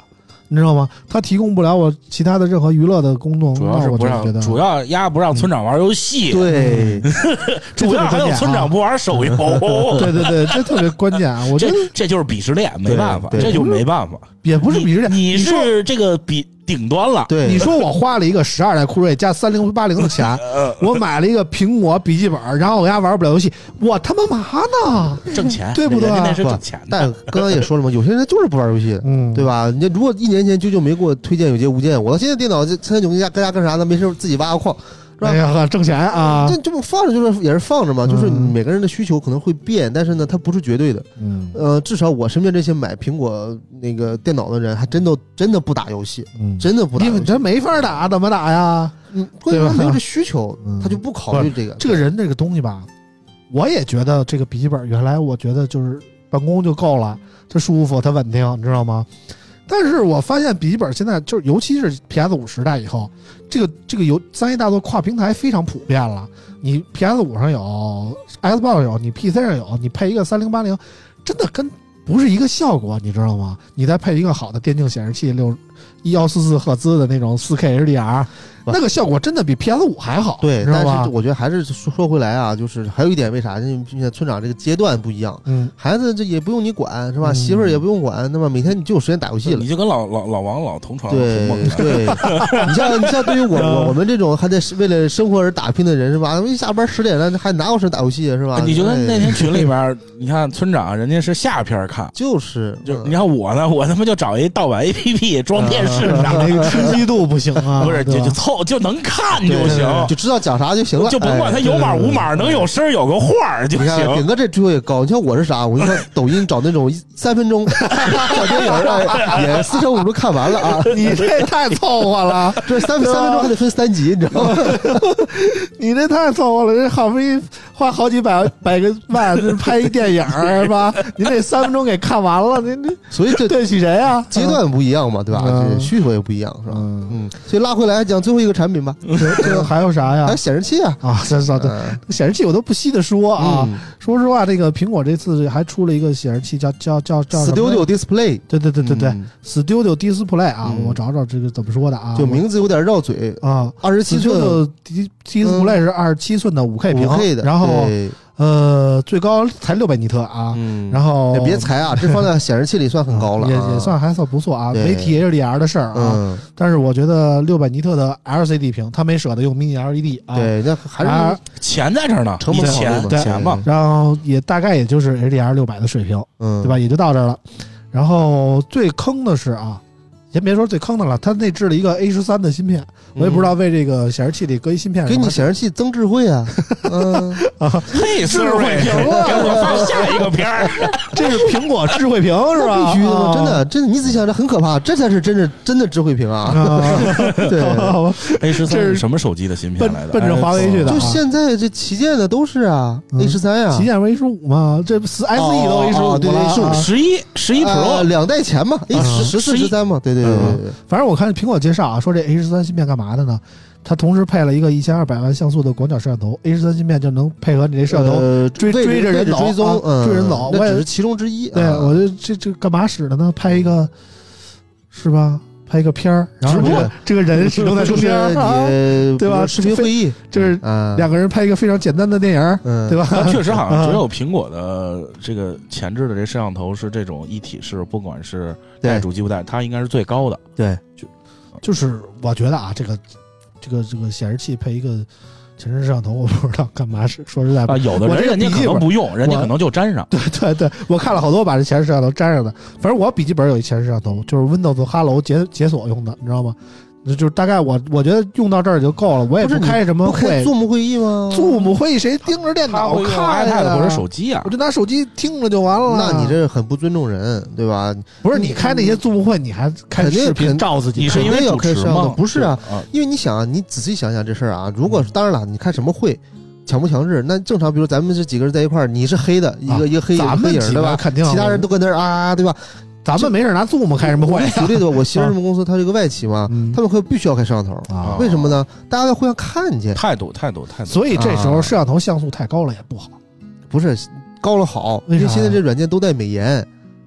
你知道吗？它提供不了我其他的任何娱乐的功能， 主要是那我不让， 就觉得主要丫不让村长玩游戏， 对， 主要还有村长不玩手游。 对对对，这特别关键啊！我觉得这就是鄙视链，没办法， 对这就没办法， 也不是鄙视链， 你说是这个顶端了。 对， 你说我花了一个12代酷睿加3080的钱，我买了一个苹果笔记本，然后我家玩不了游戏，我他妈嘛呢？ 挣钱， 对不对？ 人家那是挣钱的。 但刚才也说了嘛，有些人就是不玩游戏，对吧？你如果1年前啾啾没给我推荐有界无间，我到现在电脑339搁家干啥呢？没事自己挖个矿。 哎呀，挣钱啊！ 这不放着就是也是放着嘛，就是每个人的需求可能会变，但是呢，它不是绝对的。至少我身边这些买苹果那个电脑的人，还真的不打游戏，真的不打游戏。 你这没法打，怎么打呀？ 对吧？没有这需求，他就不考虑这个。 这个人这个东西吧，我也觉得这个笔记本原来我觉得就是办公就够了，它舒服，它稳定，你知道吗？但是我发现笔记本现在就是，尤其是 PS5时代以后，这个有3A 大作跨平台非常普遍了。你 PS5 上有 ，Xbox 有，你 PC 上有，你配一个3080，真的跟不是一个效果，你知道吗？你再配一个好的电竞显示器，144赫兹的那种4K HDR，那个效果真的比 PS5 还好。 对， 知道吧？ 但是我觉得还是说回来啊，就是还有一点，为啥？因为村长这个阶段不一样，孩子这也不用你管，是吧？媳妇儿也不用管，那么每天你就有时间打游戏了。 你就跟老王老同床对对，你像对于我们这种还在为了生活而打拼的人，是吧？一下班10点了，还哪有时间打游戏是吧？ 你就跟那天群里边，你看村长人家是下片看， 就是你看我呢，我他妈就找一盗版 APP 装电视上， 那个清晰度不行啊， 不是就凑就能看就行， 就知道讲啥就行了， 就甭管它有码无码，能有声有个画就行。 你看炳哥这追求也高，你像我是啥？我就看抖音找那种3分钟小电影也4乘5都看完了啊！ 你这太凑合了， 这3分钟还得分3集，你知道吗？ 你这太凑合了，这好不容易花好几百个万拍一电影是吧？您这3分钟给看完了，您所以这对得起谁啊？ 阶段不一样嘛，对吧？这需求也不一样，是吧？所以拉回来讲最后一个产品吧， 这还有啥呀？ 还有显示器啊！ 啊，对，显示器我都不稀得说啊。说实话，这个苹果这次还出了一个显示器，叫 Studio Display。 对，Studio Display 啊，我找找这个怎么说的啊？ 就名字有点绕嘴啊。 27寸的 Display 是27寸的5K 屏 ，5K 的， 然后最高才600尼特啊，然后别裁啊，这放在显示器里算很高了， 也算还算不错啊，没提 HDR 的事儿啊，但是我觉得600尼特的 LCD 屏，他没舍得用 Mini LED 啊， 对，那还是钱在这儿呢， 成本钱嘛， 然后也大概也就是 HDR 600的水平，对吧？也就到这儿了。然后最坑的是啊。先别说最坑的了，它内置了一个 A13 的芯片，我也不知道为这个显示器里搁一芯片， 给你显示器增智慧啊， 嘿， 智慧屏啊， 给我发下一个片儿， 这是苹果智慧屏是吧？ 必须的，真的，你仔细想想很可怕，这才是真的智慧屏啊！对 ，A13 是什么手机的芯片来的？ 奔着华为去的。 就现在这旗舰的都是啊 ，A13 啊， 旗舰为A15嘛，这SE 都 A15 对 ，11 Pro 2代前嘛，14、13嘛，对。 反正我看苹果介绍啊，说这 A13 芯片干嘛的呢？它同时配了一个1200万像素的广角摄像头 ，A13 芯片就能配合你这摄像头追着人走， 追踪， 追人走。 那只是其中之一。 对，我这干嘛使的呢？拍一个是吧？拍一个片儿，然后这个人始终在中间，对吧？ 视频会议就是2个人拍一个非常简单的电影，对吧？ 确实好像只有苹果的这个前置的这摄像头是这种一体式，不管是带主机不带，它应该是最高的。 对， 就是我觉得啊，这个显示器配一个前置摄像头，我不知道干嘛使。说实在， 有的人家可能不用，人家可能就粘上。 对，我看了好多把这前置摄像头粘上的。反正我笔记本有一前置摄像头，就是 Windows Hello 解锁用的，你知道吗？就是大概我觉得用到这儿就够了，我也不开什么会。 Zoom 会议吗 ？Zoom 会议谁盯着电脑看 ？iPad 或者手机啊？ 我就拿手机听了就完了。 那你这很不尊重人，对吧？ 不是你开那些 Zoom 会，你还开视频照自己？ 你是因为要开摄像头？不是啊， 因为你想啊，你仔细想想这事儿啊，如果当然了，你开什么会？强不强制？那正常，比如咱们这几个人在一块儿，你是黑的，一个黑影，对吧？ 肯定， 其他人都跟那儿啊，对吧？ 咱们没事拿 Zoom 开什么会？ 举例子，我媳妇儿什么公司，它是一个外企嘛，他们必须要开摄像头啊？为什么呢？大家在互相看见， 态度。 所以这时候摄像头像素太高了也不好， 不是高了好，因为现在这软件都带美颜。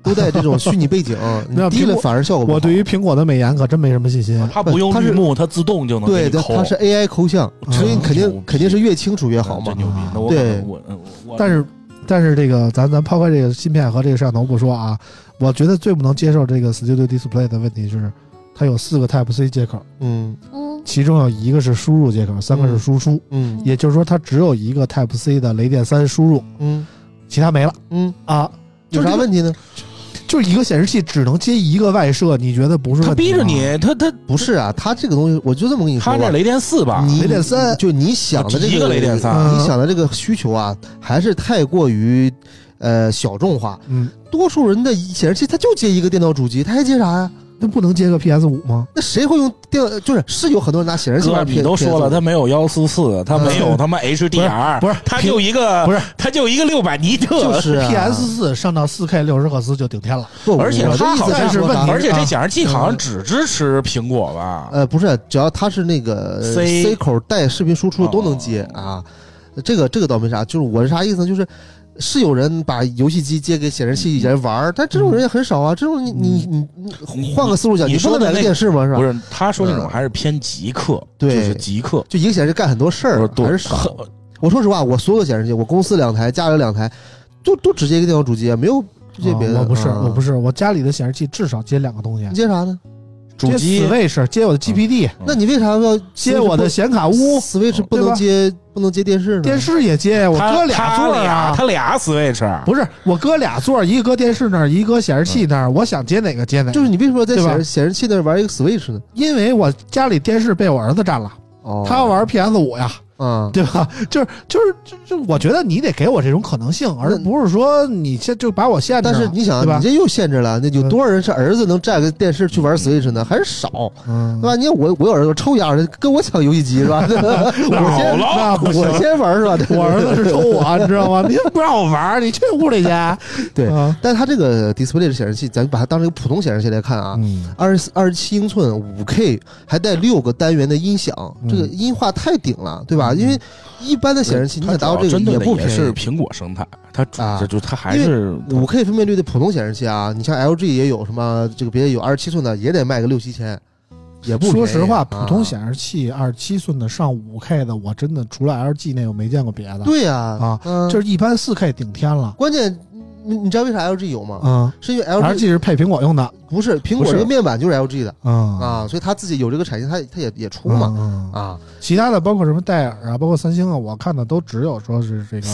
都带这种虚拟背景，你低了反而效果不好。 我对于苹果的美颜可真没什么信心。 它不用绿幕，它自动就能对， 给你抠。 它是 AI 抠像，所以肯定是越清楚越好嘛。 真牛逼！那我对， 但是这个咱抛开这个芯片和这个摄像头不说啊，我觉得最不能接受这个 Studio Display 的问题是，它有4个 Type C 接口，其中有1个是输入接口，3个是输出，也就是说它只有1个 Type C 的雷电3输入，其他没了， 有啥问题呢？ 就是一个显示器只能接1个外设，你觉得不是问题吗？ 他逼着你，他不是啊，他这个东西我就这么跟你说吧， 他这雷电4吧， 雷电3，就你想的这个一个雷电3， 你想的这个需求啊，还是太过于小众化。多数人的显示器他就接一个电脑主机，他还接啥呀？ 那不能接个 PS5 吗？ 那谁会用就是有很多人拿显示器玩 PS5。 你都说了，他没有144，他没有他妈 HDR， 不是， 他就一个600尼特， 就是 PS4 上到4K 60赫兹就顶天了。 而且它好像是问题， 而且这显示器好像只支持苹果吧？ 不是，只要它是那个 C 口带视频输出都能接啊。这个倒没啥，就是我是啥意思呢？就是有人把游戏机接给显示器人玩，但这种人也很少啊。这种你换个思路讲， 你说的买个电视吗？是吧？ 不是，他说那种还是偏极客， 对， 就是极客， 就一个显示器干很多事儿，还是少。我说实话，我所有的显示器，我公司2台，家里2台，都只接一个电脑主机，没有不接别的。 我不是，我家里的显示器至少接2个东西。 你接啥呢？ 主机 Switch 接我的 GPD， 那你为啥要接我的显卡屋 ？Switch 不能接电视呢？ 电视也接，我搁俩座啊， 他俩 Switch 不是，我搁俩座，一个搁电视那儿，一个搁显示器那儿，我想接哪个接哪个。 就是你为什么在显示器那儿玩一个 Switch 呢？ 因为我家里电视被我儿子占了，他玩 PS5呀。对吧？就是，我觉得你得给我这种可能性，而不是说你就把我限制了。 但是你想，你这又限制了，那有多少人是儿子能占个电视去玩 Switch 呢？还是少，对吧？你看我有儿子抽样的，跟我抢游戏机是吧？我先玩是吧？ 我儿子是抽我，你知道吗？你不让我玩，你去屋里去。 对，但它这个 Display 的显示器，咱把它当成一个普通显示器来看啊，27英寸5K， 还带6个单元的音响，这个音画太顶了，对吧？因为一般的显示器，你想达到这个也不便宜。 是苹果生态，它还是 5K 分辨率的普通显示器啊。你像 LG 也有什么这个别的有27寸的，也得卖个6-7千，也不便宜。 说实话，普通显示器27寸的上5K 的，我真的除了 LG 那我没见过别的。 对呀， 就是一般4K 顶天了。 关键你知道为啥 LG 有吗？是因为 LG 是配苹果用的。 不是，苹果这个面板就是 LG 的所以他自己有这个产线，他也出嘛其他的包括什么戴尔啊，包括三星啊，我看的都只有说是这个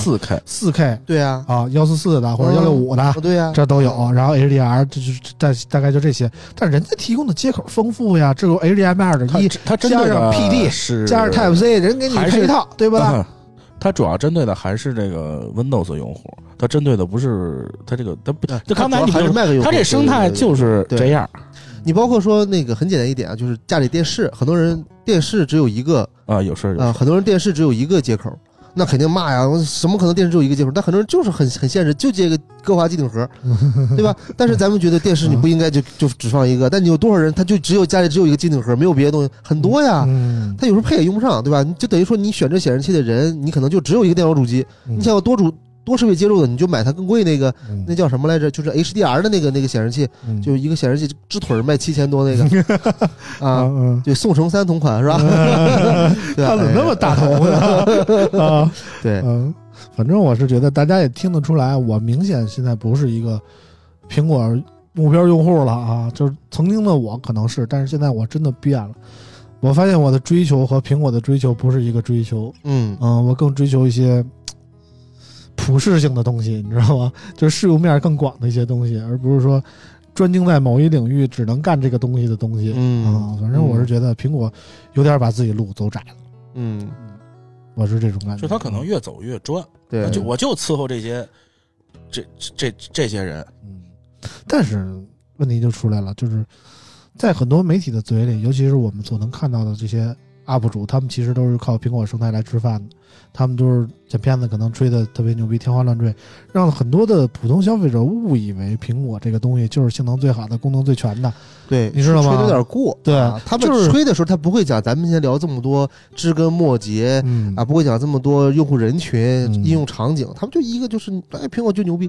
4K， 对啊 144的或者165的， 对呀， 这都有。然后 HDR 就是大概就这些，但人家提供的接口丰富呀，这有 HDMI 它加上 PD 加上 Type C， 人给你配套，对吧？ 它主要针对的还是这个 Windows 用户，它针对的不是它这个，它刚才你还是卖给用户， 它这生态就是这样。 你包括说那个很简单一点啊，就是家里电视，很多人电视只有一个有事很多人电视只有一个接口，那肯定骂呀，什么可能电视只有一个接口？但很多人就是很限制，就接一个歌华机顶盒，对吧？但是咱们觉得电视你不应该就只放一个，但你有多少人他就家里只有一个机顶盒，没有别的东西，很多呀。他有时候配也用不上，对吧？就等于说你选这显示器的人，你可能就只有一个电脑主机，你想要多设备接入的，你就买它更贵那个，那叫什么来着？就是 HDR 的那个显示器，就一个显示器支腿卖7000多那个对，宋城3同款是吧？ 他怎么那么大头呢？ 对， 反正我是觉得大家也听得出来，我明显现在不是一个苹果目标用户了啊，就是曾经的我可能是，但是现在我真的变了。我发现我的追求和苹果的追求不是一个追求，我更追求一些普适性的东西，你知道吗？就是适用面更广的一些东西，而不是说专精在某一领域只能干这个东西的东西。反正我是觉得苹果有点把自己路走窄了。我是这种感觉。 就他可能越走越专， 对， 我就伺候这些这些人。 但是问题就出来了，就是在很多媒体的嘴里，尤其是我们所能看到的这些 UP 主，他们其实都是靠苹果生态来吃饭的。他们都是这片子可能吹的特别牛逼，天花乱坠，让很多的普通消费者误以为苹果这个东西就是性能最好的、功能最全的。 对， 你知道吗？ 吹的有点过。 对， 他们吹的时候，他不会讲咱们现在聊这么多枝根末节，不会讲这么多用户人群、应用场景，他们就一个就是，苹果就牛逼。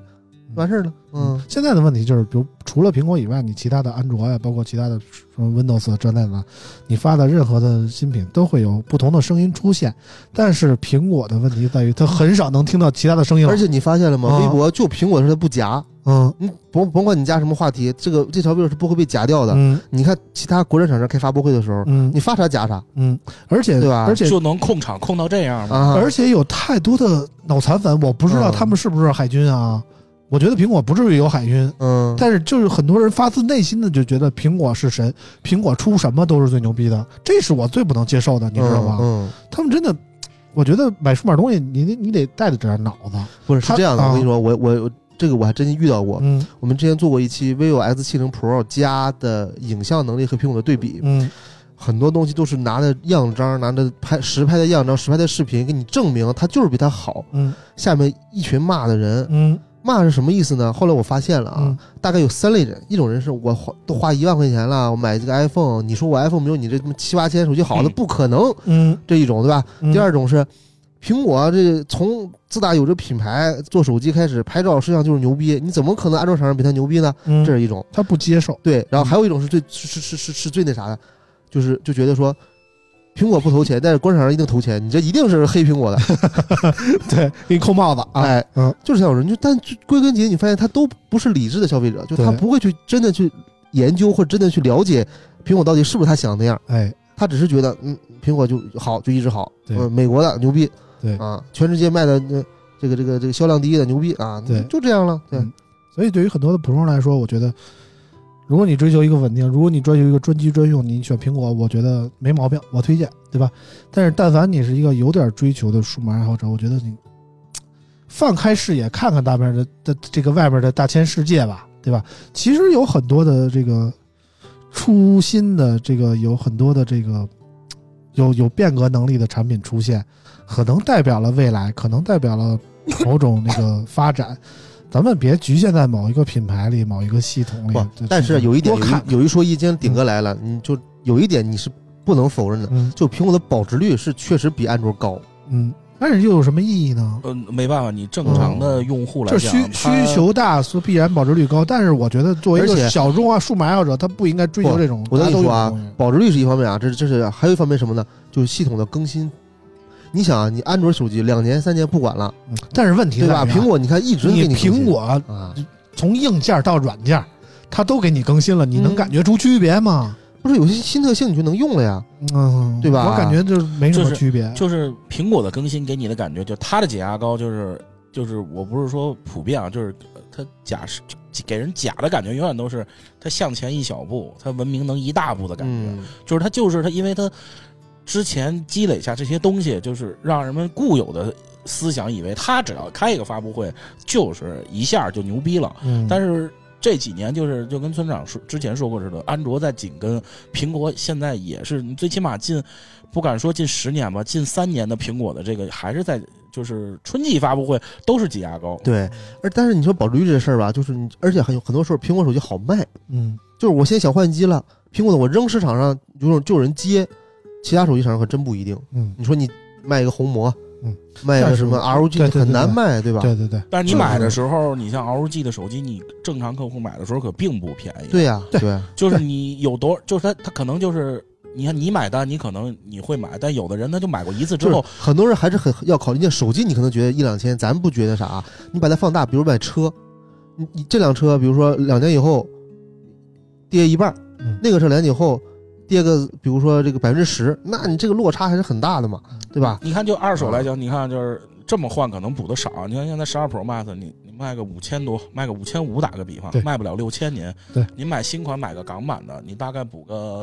完事儿了。 现在的问题就是，比如除了苹果以外，你其他的安卓呀，包括其他的什么 Windows 这类的，你发的任何的新品都会有不同的声音出现。但是苹果的问题在于，它很少能听到其他的声音了。 而且你发现了吗？微博就苹果是它不夹。你甭管你加什么话题，这条 video 是不会被夹掉的。你看其他国产厂商开发布会的时候，你发啥夹啥。 而且对吧？ 而且就能控场控到这样吗？ 而且有太多的脑残粉，我不知道他们是不是海军啊。我觉得苹果不至于有海军，但是就是很多人发自内心的就觉得苹果是神，苹果出什么都是最牛逼的，这是我最不能接受的，你知道吗？他们真的，我觉得买数码东西，你得带着点脑子。 不是这样的，我跟你说，我这个我还真遇到过。我们之前做过一期 vivo X70 Pro 加的影像能力和苹果的对比。很多东西都是拿着样张，拿着实拍的样张、实拍的视频给你证明它就是比它好。下面一群骂的人。骂是什么意思呢？后来我发现了啊，大概有3类人。一种人是我都花1万块钱了，我买这个 iPhone， 你说我 iPhone 没有你这7、8千手机好的，不可能。这一种对吧？第二种是苹果这从自打有这品牌做手机开始，拍照摄像就是牛逼，你怎么可能安卓厂商比它牛逼呢？这是一种， 他不接受。 对，然后还有一种是最那啥的，就觉得说。苹果不投钱，但是国产商一定投钱，你这一定是黑苹果的， 对，给你扣帽子啊！ 哎，就是这种人，但归根结底，你发现他都不是理智的消费者，就他不会去真的去研究或者真的去了解苹果到底是不是他想的那样， 哎， 他只是觉得苹果就好，就一直好，美国的牛逼， 对啊，全世界卖的这个销量第一的牛逼啊， 对， 就这样了，对， 所以对于很多的普通人来说，我觉得。如果你追求一个稳定，如果你追求一个专机专用，你选苹果，我觉得没毛病，我推荐，对吧？但是但凡你是一个有点追求的数码爱好者，我觉得你放开视野看看大边的这个外边的大千世界吧，对吧？其实有很多的这个初心的这个有很多的这个有变革能力的产品出现，可能代表了未来，可能代表了某种那个发展。咱们别局限在某一个品牌里、某一个系统里。 但是有一点，有一说一，今天顶哥来了，你就有一点你是不能否认的，就苹果的保值率是确实比安卓高。 但是又有什么意义呢？ 没办法，你正常的用户来讲， 就需求大，所以必然保值率高。但是我觉得作为一个小众啊数码爱好者，他不应该追求这种。 我跟你说啊，保值率是一方面啊，这是还有一方面什么呢？就是系统的更新。你想啊，你安卓手机2年3年不管了， 但是问题对吧？苹果你看一直给你苹果从硬件到软件，它都给你更新了，你能感觉出区别吗？ 不是有些新特性你就能用了呀，对吧？ 我感觉就是没什么区别。 就是苹果的更新给你的感觉，就它的解压膏就是我不是说普遍啊，就是它给人假的感觉永远都是它向前一小步，它文明能一大步的感觉，就是它因为它。之前积累下这些东西，就是让人们固有的思想以为他只要开一个发布会，就是一下就牛逼了。但是这几年就跟村长之前说过似的，安卓在紧跟苹果，现在也是最起码不敢说近10年吧，近3年的苹果的这个还是在就是春季发布会都是挤牙膏。 对，但是你说保值率这事儿吧，就是而且很多时候苹果手机好卖，就是我现在想换机了，苹果的我扔市场上就有人接。其他手机厂商可真不一定。你说你卖一个红魔，卖个什么 ROG 很难卖，对吧？ 对。 但是你买的时候，你像 ROG 的手机，你正常客户买的时候可并不便宜。 对呀，对， 就是你有就是他可能就是你看你买单，你可能你会买，但有的人他就买过一次之后， 很多人还是很要考虑。手机你可能觉得1-2千，咱不觉得啥，你把它放大，比如买车，你这辆车，比如说2年以后跌一半，那个车2年以后。跌个，比如说这个10%，那你这个落差还是很大的嘛，对吧？ 你看，就二手来讲，你看就是这么换，可能补的少。你看现在12 Pro Max，你卖个5000多，卖个5500打个比方，卖不了6000您。 对， 你买新款买个港版的，你大概补个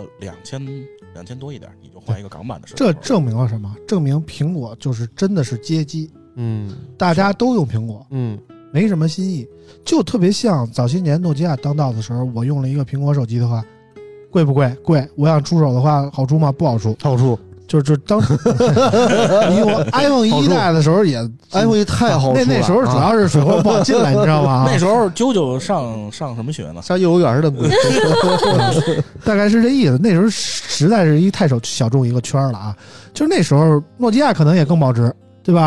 2000多一点，你就换一个港版的。 这证明了什么？证明苹果就是真的是街机，大家都用苹果，没什么新意，就特别像早些年诺基亚当道的时候，我用了一个苹果手机的话。贵不贵？贵。我想出手的话，好出吗？不好出。 好出。 就是当你用 iPhone 1代的时候也 iPhone 1太好出了。 那时候主要是水货不好进来，你知道吗？ 那时候啾啾上什么学呢？ 上幼儿园的。 大概是这意思。那时候实在是一太小众一个圈了啊。就是那时候诺基亚可能也更保值，对吧？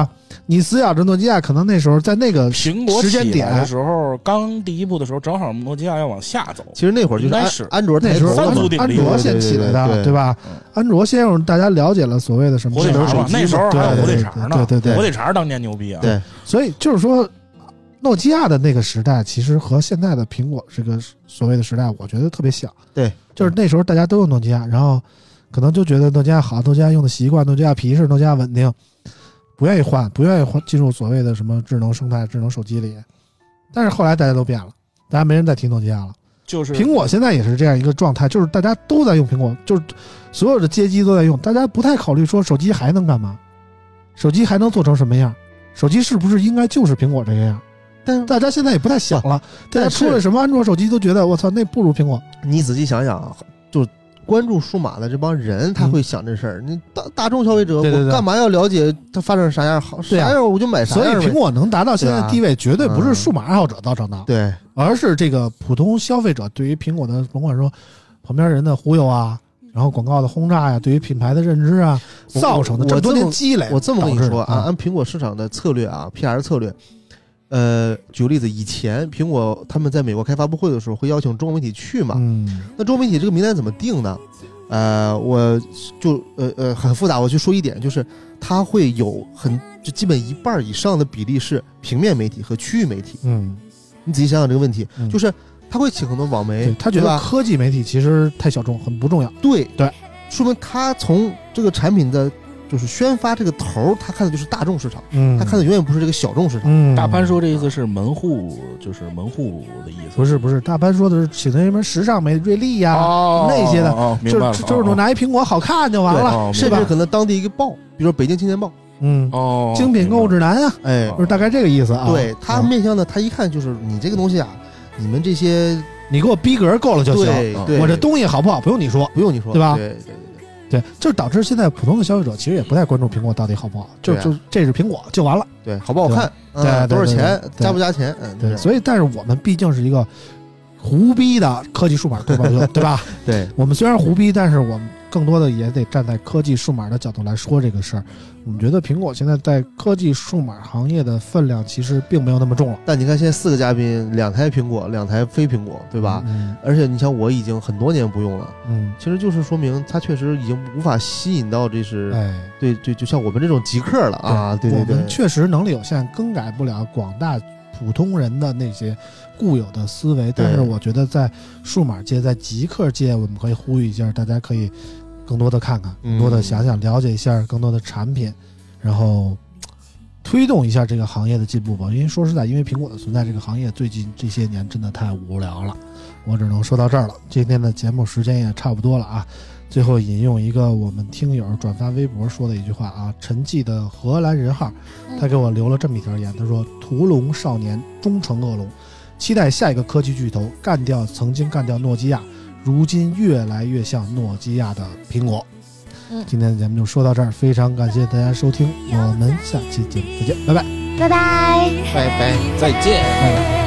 你死咬着诺基亚，可能那时候在那个苹果时间点的时候，刚第一步的时候，正好诺基亚要往下走。 其实那会儿就是安卓那时候三足鼎立， 安卓先起来的，对吧？安卓先让大家了解了所谓的什么火腿肠嘛，那时候还有火腿肠呢， 对， 火腿肠当年牛逼啊。 对， 所以就是说，诺基亚的那个时代，其实和现在的苹果这个所谓的时代，我觉得特别像。 对， 就是那时候大家都用诺基亚，然后可能就觉得诺基亚好，诺基亚用的习惯，诺基亚皮实，诺基亚稳定。不愿意换进入所谓的什么智能生态、智能手机里，但是后来大家都变了，大家没人再提诺基亚了。 就是苹果现在也是这样一个状态，就是大家都在用苹果，就是所有的街机都在用，大家不太考虑说手机还能干嘛，手机还能做成什么样，手机是不是应该就是苹果这个样？但大家现在也不太想了，大家出了什么安卓手机都觉得我操，那不如苹果。 你仔细想想啊，就关注数码的这帮人，他会想这事儿。你大众消费者，我干嘛要了解它发展啥样好？啥样我就买啥样。 所以苹果能达到现在地位，绝对不是数码爱好者造成的， 对， 而是这个普通消费者对于苹果的，甭管说旁边人的忽悠啊，然后广告的轰炸呀，对于品牌的认知啊，造成的这么多年积累。 我这么跟你说啊，按苹果市场的策略啊 ，PR 策略。举个例子，以前苹果他们在美国开发布会的时候会邀请中国媒体去嘛？那中国媒体这个名单怎么定呢？我就很复杂，我就说一点，就是它会有就基本一半以上的比例是平面媒体和区域媒体。你仔细想想这个问题，就是他会请很多网媒， 他觉得科技媒体其实太小众，很不重要。 对，说明他从这个产品的。就是宣发这个头，他看的就是大众市场，他看的永远不是这个小众市场。 大潘说这意思是门户，就是门户的意思。 不是，大潘说的是请那什么时尚媒瑞丽呀那些的，就是我拿一苹果好看就完了， 甚至可能当地一个报，比如说北京青年报， 精品购物指南啊，就是大概这个意思啊。 对，他面向的他一看就是你这个东西啊，你们这些你给我逼格够了就行， 对， 我这东西好不好不用你说， 对吧？ 对，就是导致现在普通的消费者其实也不太关注苹果到底好不好，就这是苹果就完了， 对，好不好看， 对， 多少钱，加不加钱， 对，所以但是我们毕竟是一个胡逼的科技数码对吧？对吧？ 对， 我们虽然胡逼，但是我们更多的也得站在科技数码的角度来说这个事儿。我们觉得苹果现在在科技数码行业的分量其实并没有那么重了。 但你看现在4个嘉宾，2台苹果，2台非苹果，对吧？而且你像我已经很多年不用了，其实就是说明它确实已经无法吸引到这是，对，就像我们这种极客了啊，对， 我们确实能力有限，更改不了广大普通人的那些固有的思维。但是我觉得在数码界，在极客界，我们可以呼吁一下，大家可以更多的看看，更多的想想，了解一下更多的产品，然后推动一下这个行业的进步吧。因为说实在，因为苹果的存在，这个行业最近这些年真的太无聊了。我只能说到这儿了，今天的节目时间也差不多了啊。最后引用一个我们听友转发微博说的一句话啊，陈记的荷兰人号，他给我留了这么一条言，他说：屠龙少年终成恶龙，期待下一个科技巨头曾经干掉诺基亚，如今越来越像诺基亚的苹果。今天的节目就说到这儿，非常感谢大家收听，我们下期节目再见，拜拜， 拜拜， 拜拜， 再见， 拜拜。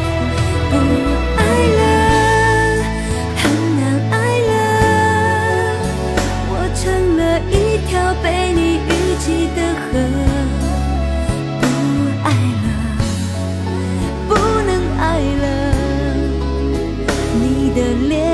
被你淤积的河，不爱了，不能爱了，你的脸